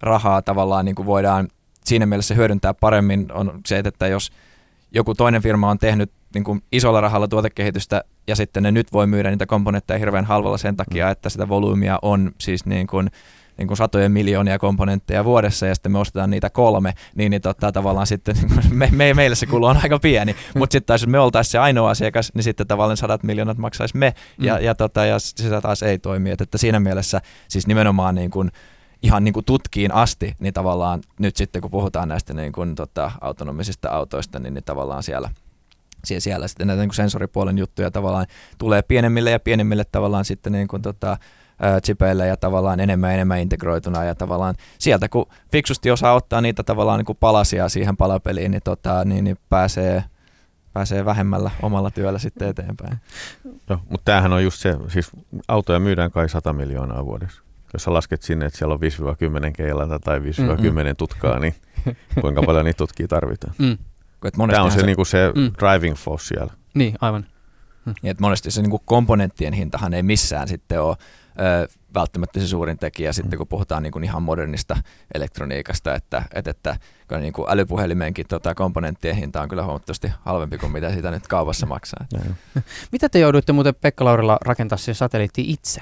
Speaker 4: rahaa tavallaan niin kuin voidaan siinä mielessä hyödyntää paremmin on se, että jos joku toinen firma on tehnyt niin kuin isolla rahalla tuotekehitystä ja sitten ne nyt voi myydä niitä komponentteja hirveän halvalla sen takia, että sitä volyymia on siis niin kuin, niin kuin satojen miljoonia komponentteja vuodessa ja sitten me ostetaan niitä kolme, niin, niin tota, tavallaan sitten me, me, meille se kulu on aika pieni, mutta sitten jos me oltaisiin se ainoa asiakas, niin sitten tavallaan sadat miljoonat maksaisi me ja, mm. ja, tota, ja se taas ei toimi, että, että siinä mielessä siis nimenomaan niin kuin ihan niin kuin tutkiin asti, niin tavallaan nyt sitten kun puhutaan näistä niin kuin, tota, autonomisista autoista, niin, niin tavallaan siellä, siellä, siellä sitten näitä niin kuin sensoripuolen juttuja tavallaan tulee pienemmille ja pienemmille tavallaan sitten niin kuin, tota, chipeille ja tavallaan enemmän ja enemmän integroituna ja tavallaan sieltä kun fiksusti osaa ottaa niitä tavallaan niin kuin palasia siihen palapeliin, niin, tota, niin, niin pääsee, pääsee vähemmällä omalla työllä sitten eteenpäin.
Speaker 5: No, mutta tämähän on just se, siis autoja myydään kai sata miljoonaa vuodessa. Jos sä lasket sinne, että siellä on viisi kymmenen keilata tai viisi kymmenen tutkaa, niin kuinka paljon niitä tutkia tarvitaan? Mm. Tämä on se, se, niinku se mm. driving force siellä.
Speaker 3: Niin, aivan.
Speaker 4: Mm. Ja monesti se niinku komponenttien hintahan ei missään sitten ole ö, välttämättä se suurin tekijä, mm. sitten kun puhutaan niinku ihan modernista elektroniikasta, että, että, että niinku älypuhelimenkin tota, komponenttien hinta on kyllä huomattavasti halvempi kuin mitä sitä nyt kaupassa maksaa.
Speaker 3: Mitä te jouduitte muuten Pekka Laurila rakentaa se satelliitti itse?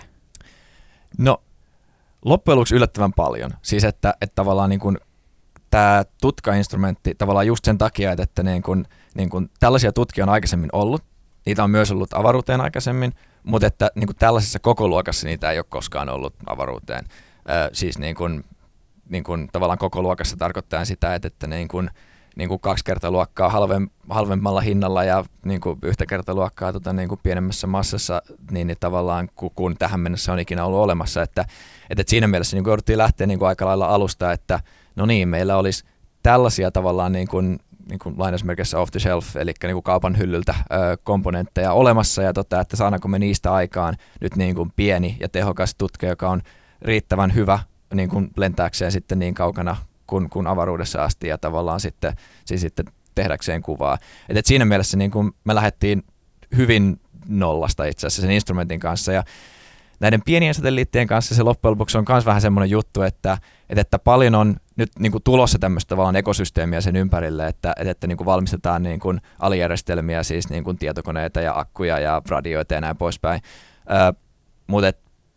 Speaker 4: No, loppujen lopuksi yllättävän paljon. Siis että, että tavallaan niin kuin tämä tutkainstrumentti tavallaan just sen takia, että, että niin kuin, niin kuin tällaisia tutkia on aikaisemmin ollut. Niitä on myös ollut avaruuteen aikaisemmin, mutta että niin kuin tällaisessa kokoluokassa niitä ei ole koskaan ollut avaruuteen. Ö, siis niin kuin, niin kuin tavallaan kokoluokassa tarkoittaa sitä, että, että niin kuin, niin kuin kaksi kertaluokkaa halvem, halvemmalla hinnalla ja niin kuin yhtä kertaluokkaa tota, niin kuin pienemmässä massassa, niin, niin tavallaan kun, kun tähän mennessä on ikinä ollut olemassa. Että, että siinä mielessä niin kuin jouduttiin lähteä niin kuin aika lailla alusta, että no niin, meillä olisi tällaisia tavallaan niin kuin, niin kuin lainausmerkissä off the shelf, eli niin kuin kaupan hyllyltä ö, komponentteja olemassa, ja tota, että saadaanko me niistä aikaan nyt niin kuin pieni ja tehokas tutka, joka on riittävän hyvä niin kuin lentääkseen sitten niin kaukana Kun, kun avaruudessa asti ja tavallaan sitten, siis sitten tehdäkseen kuvaa. Et, et siinä mielessä niin kun me lähdettiin hyvin nollasta itse asiassa sen instrumentin kanssa ja näiden pienien satelliittien kanssa se loppujen lopuksi on myös vähän semmoinen juttu, että, että, että paljon on nyt niin kuin tulossa tämmöistä tavallaan ekosysteemiä sen ympärille, että, että, että niin kuin valmistetaan niin kuin alijärjestelmiä, siis niin kuin tietokoneita ja akkuja ja radioita ja näin poispäin. Ö, mutta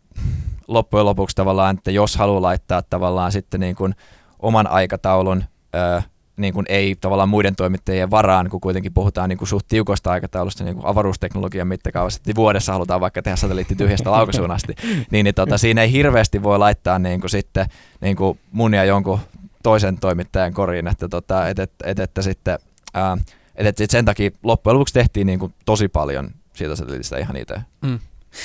Speaker 4: loppujen lopuksi tavallaan, että jos haluaa laittaa tavallaan sitten niin kuin oman aikataulun ö, niin kuin ei tavallaan muiden toimittajien varaan, kun kuitenkin puhutaan niin kuin suht tiukosta aikataulusta niin kuin avaruusteknologian mittakaavassa, että vuodessa halutaan vaikka tehdä satelliitti tyhjästä laukaisuun asti, niin, niin tota, siinä ei hirveästi voi laittaa niin kuin sitten niin kuin mun ja jonkun toisen toimittajan koriin, että, tota, et, et, et, että sitten ää, et, et sit sen takia loppujen lopuksi tehtiin niin kuin tosi paljon siitä satelliitista ihan itse. Mm.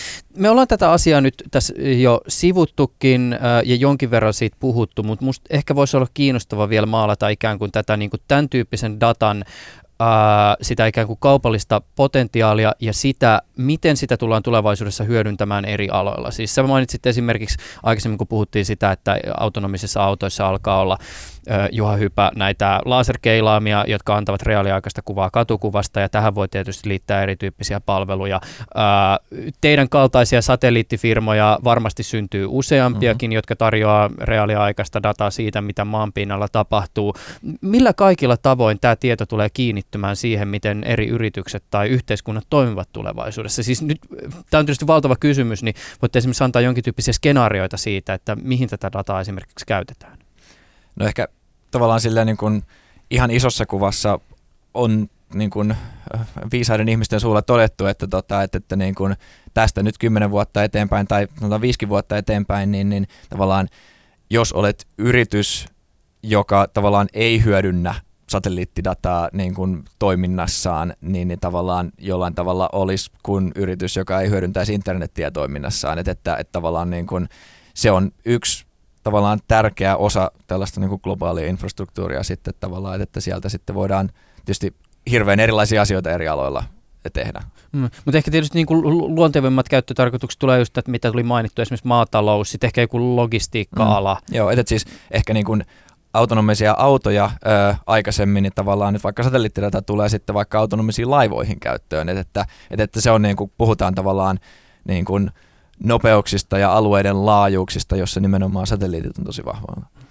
Speaker 3: Me ollaan tätä asiaa nyt tässä jo sivuttukin äh, ja jonkin verran siitä puhuttu, mutta musta ehkä voisi olla kiinnostava vielä maalata ikään kuin tätä niin kuin tämän tyyppisen datan äh, sitä ikään kuin kaupallista potentiaalia ja sitä, miten sitä tullaan tulevaisuudessa hyödyntämään eri aloilla. Siis sä mainitsit esimerkiksi aikaisemmin, kun puhuttiin sitä, että autonomisissa autoissa alkaa olla Juha Hypä näitä laserkeilaamia, jotka antavat reaaliaikaista kuvaa katukuvasta, ja tähän voi tietysti liittää erityyppisiä palveluja. Ää, teidän kaltaisia satelliittifirmoja varmasti syntyy useampiakin, mm-hmm. jotka tarjoaa reaaliaikaista dataa siitä, mitä maanpinnalla tapahtuu. Millä kaikilla tavoin tämä tieto tulee kiinnittymään siihen, miten eri yritykset tai yhteiskunnat toimivat tulevaisuudessa? Siis nyt, tämä on tietysti valtava kysymys, niin voitte esimerkiksi antaa jonkin tyyppisiä skenaarioita siitä, että mihin tätä dataa esimerkiksi käytetään.
Speaker 4: No ehkä tavallaan silleen niin kuin ihan isossa kuvassa on niin kuin viisaiden ihmisten suulla todettu, että, tota, että, että niin kuin tästä nyt kymmenen vuotta eteenpäin tai viisi vuotta eteenpäin, niin, niin tavallaan jos olet yritys, joka tavallaan ei hyödynnä satelliittidataa niin kuin toiminnassaan, niin, niin tavallaan jollain tavalla olisi kuin yritys, joka ei hyödyntäisi internettiä toiminnassaan. Että, että, että tavallaan niin kuin se on yksi tavallaan tärkeä osa tällaista niin kuin globaalia infrastruktuuria sitten tavallaan, että sieltä sitten voidaan tietysti hirveän erilaisia asioita eri aloilla tehdä.
Speaker 3: Mm, mutta ehkä tietysti niin kuin luontevimmat käyttötarkoitukset tulee just, että mitä tuli mainittu, esimerkiksi maatalous, sitten ehkä joku logistiikka-ala.
Speaker 4: Mm, joo, että siis ehkä niin kuin autonomisia autoja ö, aikaisemmin, niin tavallaan nyt vaikka satelliittidata tulee sitten vaikka autonomisiin laivoihin käyttöön, että, että, että se on niin kuin puhutaan tavallaan niin kuin nopeuksista ja alueiden laajuuksista, jossa nimenomaan satelliitit on tosi vahvoilla.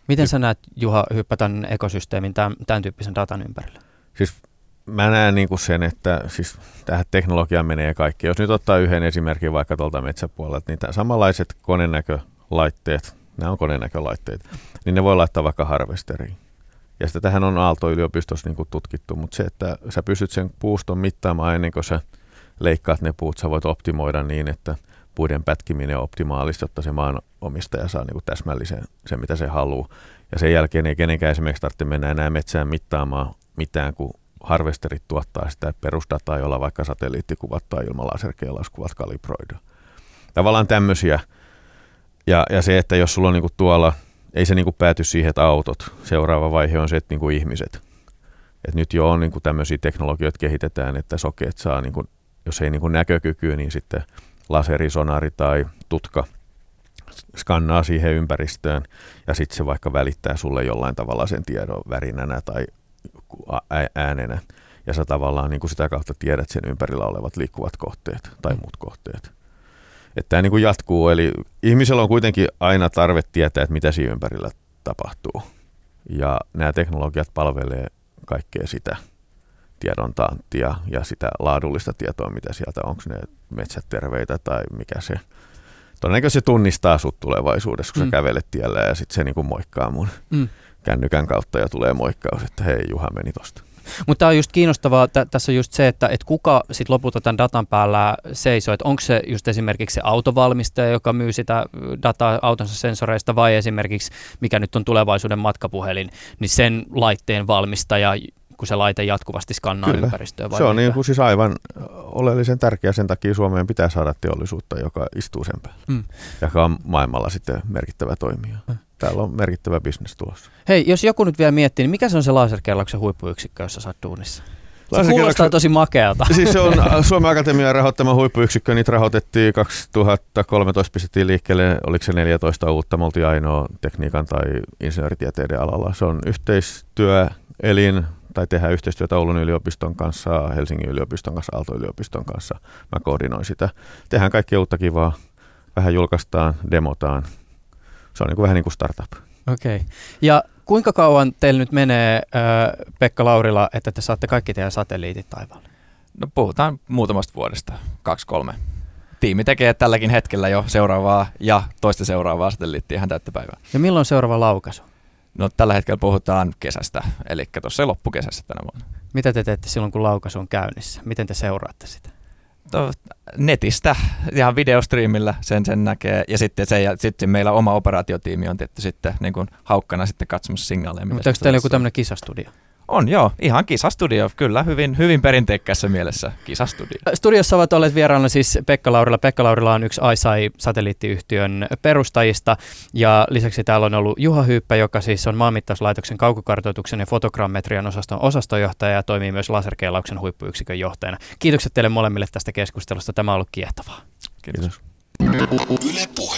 Speaker 3: Miten sä näet, Juha, hyppätän ekosysteemin tämän, tämän tyyppisen datan ympärillä?
Speaker 5: Siis mä näen niin kuin sen, että siis tähän teknologiaan menee kaikki. Jos nyt ottaa yhden esimerkin vaikka tuolta metsäpuolelta, niin samanlaiset konenäkölaitteet, nämä on konenäkölaitteet, niin ne voi laittaa vaikka harvesteriin. Ja sitä tähän on Aalto-yliopistossa niin kuin tutkittu, mutta se, että sä pystyt sen puuston mittaamaan ennen kuin sä leikkaat ne puut, sä voit optimoida niin, että puiden pätkiminen on optimaalista, jotta se maanomistaja saa niin kuin täsmällisen sen, mitä se haluaa. Ja sen jälkeen ei kenenkään esimerkiksi tarvitse mennä enää metsään mittaamaan mitään, kun harvesterit tuottaa sitä perusdataa, jolla vaikka satelliittikuvat tai ilmalaserkeilauskuvat kalibroidaan. Tavallaan tämmöisiä. Ja, ja se, että jos sulla on niinku tuolla, ei se niinku pääty siihen, että autot. Seuraava vaihe on se, että niinku ihmiset. Et nyt jo on niinku tämmöisiä teknologioita kehitetään, että sokeet saa, niinku, jos ei niinku näkökykyä, niin sitten laserisonari tai tutka skannaa siihen ympäristöön ja sitten se vaikka välittää sulle jollain tavalla sen tiedon värinänä tai äänenä. Ja sä tavallaan niin kuin sitä kautta tiedät sen ympärillä olevat liikkuvat kohteet tai muut kohteet. Että tämä niin kuin jatkuu, eli ihmisellä on kuitenkin aina tarve tietää, että mitä siinä ympärillä tapahtuu. Ja nämä teknologiat palvelee kaikkea sitä tiedontaantia ja sitä laadullista tietoa, mitä sieltä, onko ne metsät terveitä tai mikä se. Todennäköisesti se tunnistaa sut tulevaisuudessa, kun mm. sä kävelet tiellä ja sitten se niin kuin moikkaa mun mm. kännykän kautta ja tulee moikkaus, että hei, Juha meni tosta.
Speaker 3: Mutta tämä on just kiinnostavaa, t- tässä on just se, että et kuka sitten lopulta tämän datan päällä seisoo, että onko se just esimerkiksi se autovalmistaja, joka myy sitä dataa autonsa sensoreista, vai esimerkiksi, mikä nyt on tulevaisuuden matkapuhelin, niin sen laitteen valmistaja, kun se laite jatkuvasti skannaa Kyllä. ympäristöä. Vai se
Speaker 5: on niin kuin siis aivan oleellisen tärkeä, sen takia Suomeen pitää saada teollisuutta, joka istuu sen päällä, mm. joka on maailmalla sitten merkittävä toimija. Mm. Täällä on merkittävä bisnes tulossa.
Speaker 3: Hei, jos joku nyt vielä miettii, niin mikä se on se laserkeilauksen huippuyksikkö, jossa sä oot duunissa? Se kuulostaa tosi makealta.
Speaker 5: Siis se on Suomen Akatemian rahoittama huippuyksikkö, niitä rahoitettiin kaksituhattakolmetoista pistettiin liikkeelle, oliko se neljätoista uutta, me oltiin ainoa tekniikan tai insinööritieteiden alalla. Se on yhteistyöelin, tai tehdään yhteistyötä Oulun yliopiston kanssa, Helsingin yliopiston kanssa, Aalto-yliopiston kanssa. Mä koordinoin sitä. Tehdään kaikkea uutta kivaa, vähän julkaistaan, demotaan. Se on niin kuin, vähän niin kuin startup.
Speaker 3: Okei. Okay. Ja kuinka kauan teillä nyt menee, äh, Pekka Laurila, että te saatte kaikki teidän satelliitit taivaalle?
Speaker 4: No puhutaan muutamasta vuodesta, kaksi kolme. Tiimi tekee tälläkin hetkellä jo seuraavaa ja toista seuraavaa satelliittia ihan täyttä päivää.
Speaker 3: Ja milloin seuraava laukaisu?
Speaker 4: No tällä hetkellä puhutaan kesästä, eli tuossa loppukesässä tänä vuonna.
Speaker 3: Mitä te teette silloin, kun laukaisu on käynnissä? Miten te seuraatte sitä?
Speaker 4: To, netistä, ihan videostriimillä sen sen näkee, ja sitten, se, ja sitten meillä oma operaatiotiimi on tietty sitten niin kuin haukkana sitten katsomassa signaaleja.
Speaker 3: Mutta onko teillä joku tämmöinen kisastudio?
Speaker 4: On joo, ihan kisastudio, kyllä, hyvin, hyvin perinteikkäässä mielessä kisastudio.
Speaker 3: Studiossa ovat olleet vieraana siis Pekka Laurila. Pekka Laurila on yksi ICEYE-satelliittiyhtiön perustajista, ja lisäksi täällä on ollut Juha Hyyppä, joka siis on Maanmittauslaitoksen kaukokartoituksen ja fotogrammetrian osaston osastonjohtaja ja toimii myös laserkeilauksen huippuyksikön johtajana. Kiitokset teille molemmille tästä keskustelusta, tämä on ollut kiehtovaa.
Speaker 4: Kiitos.
Speaker 2: Yle Puhe.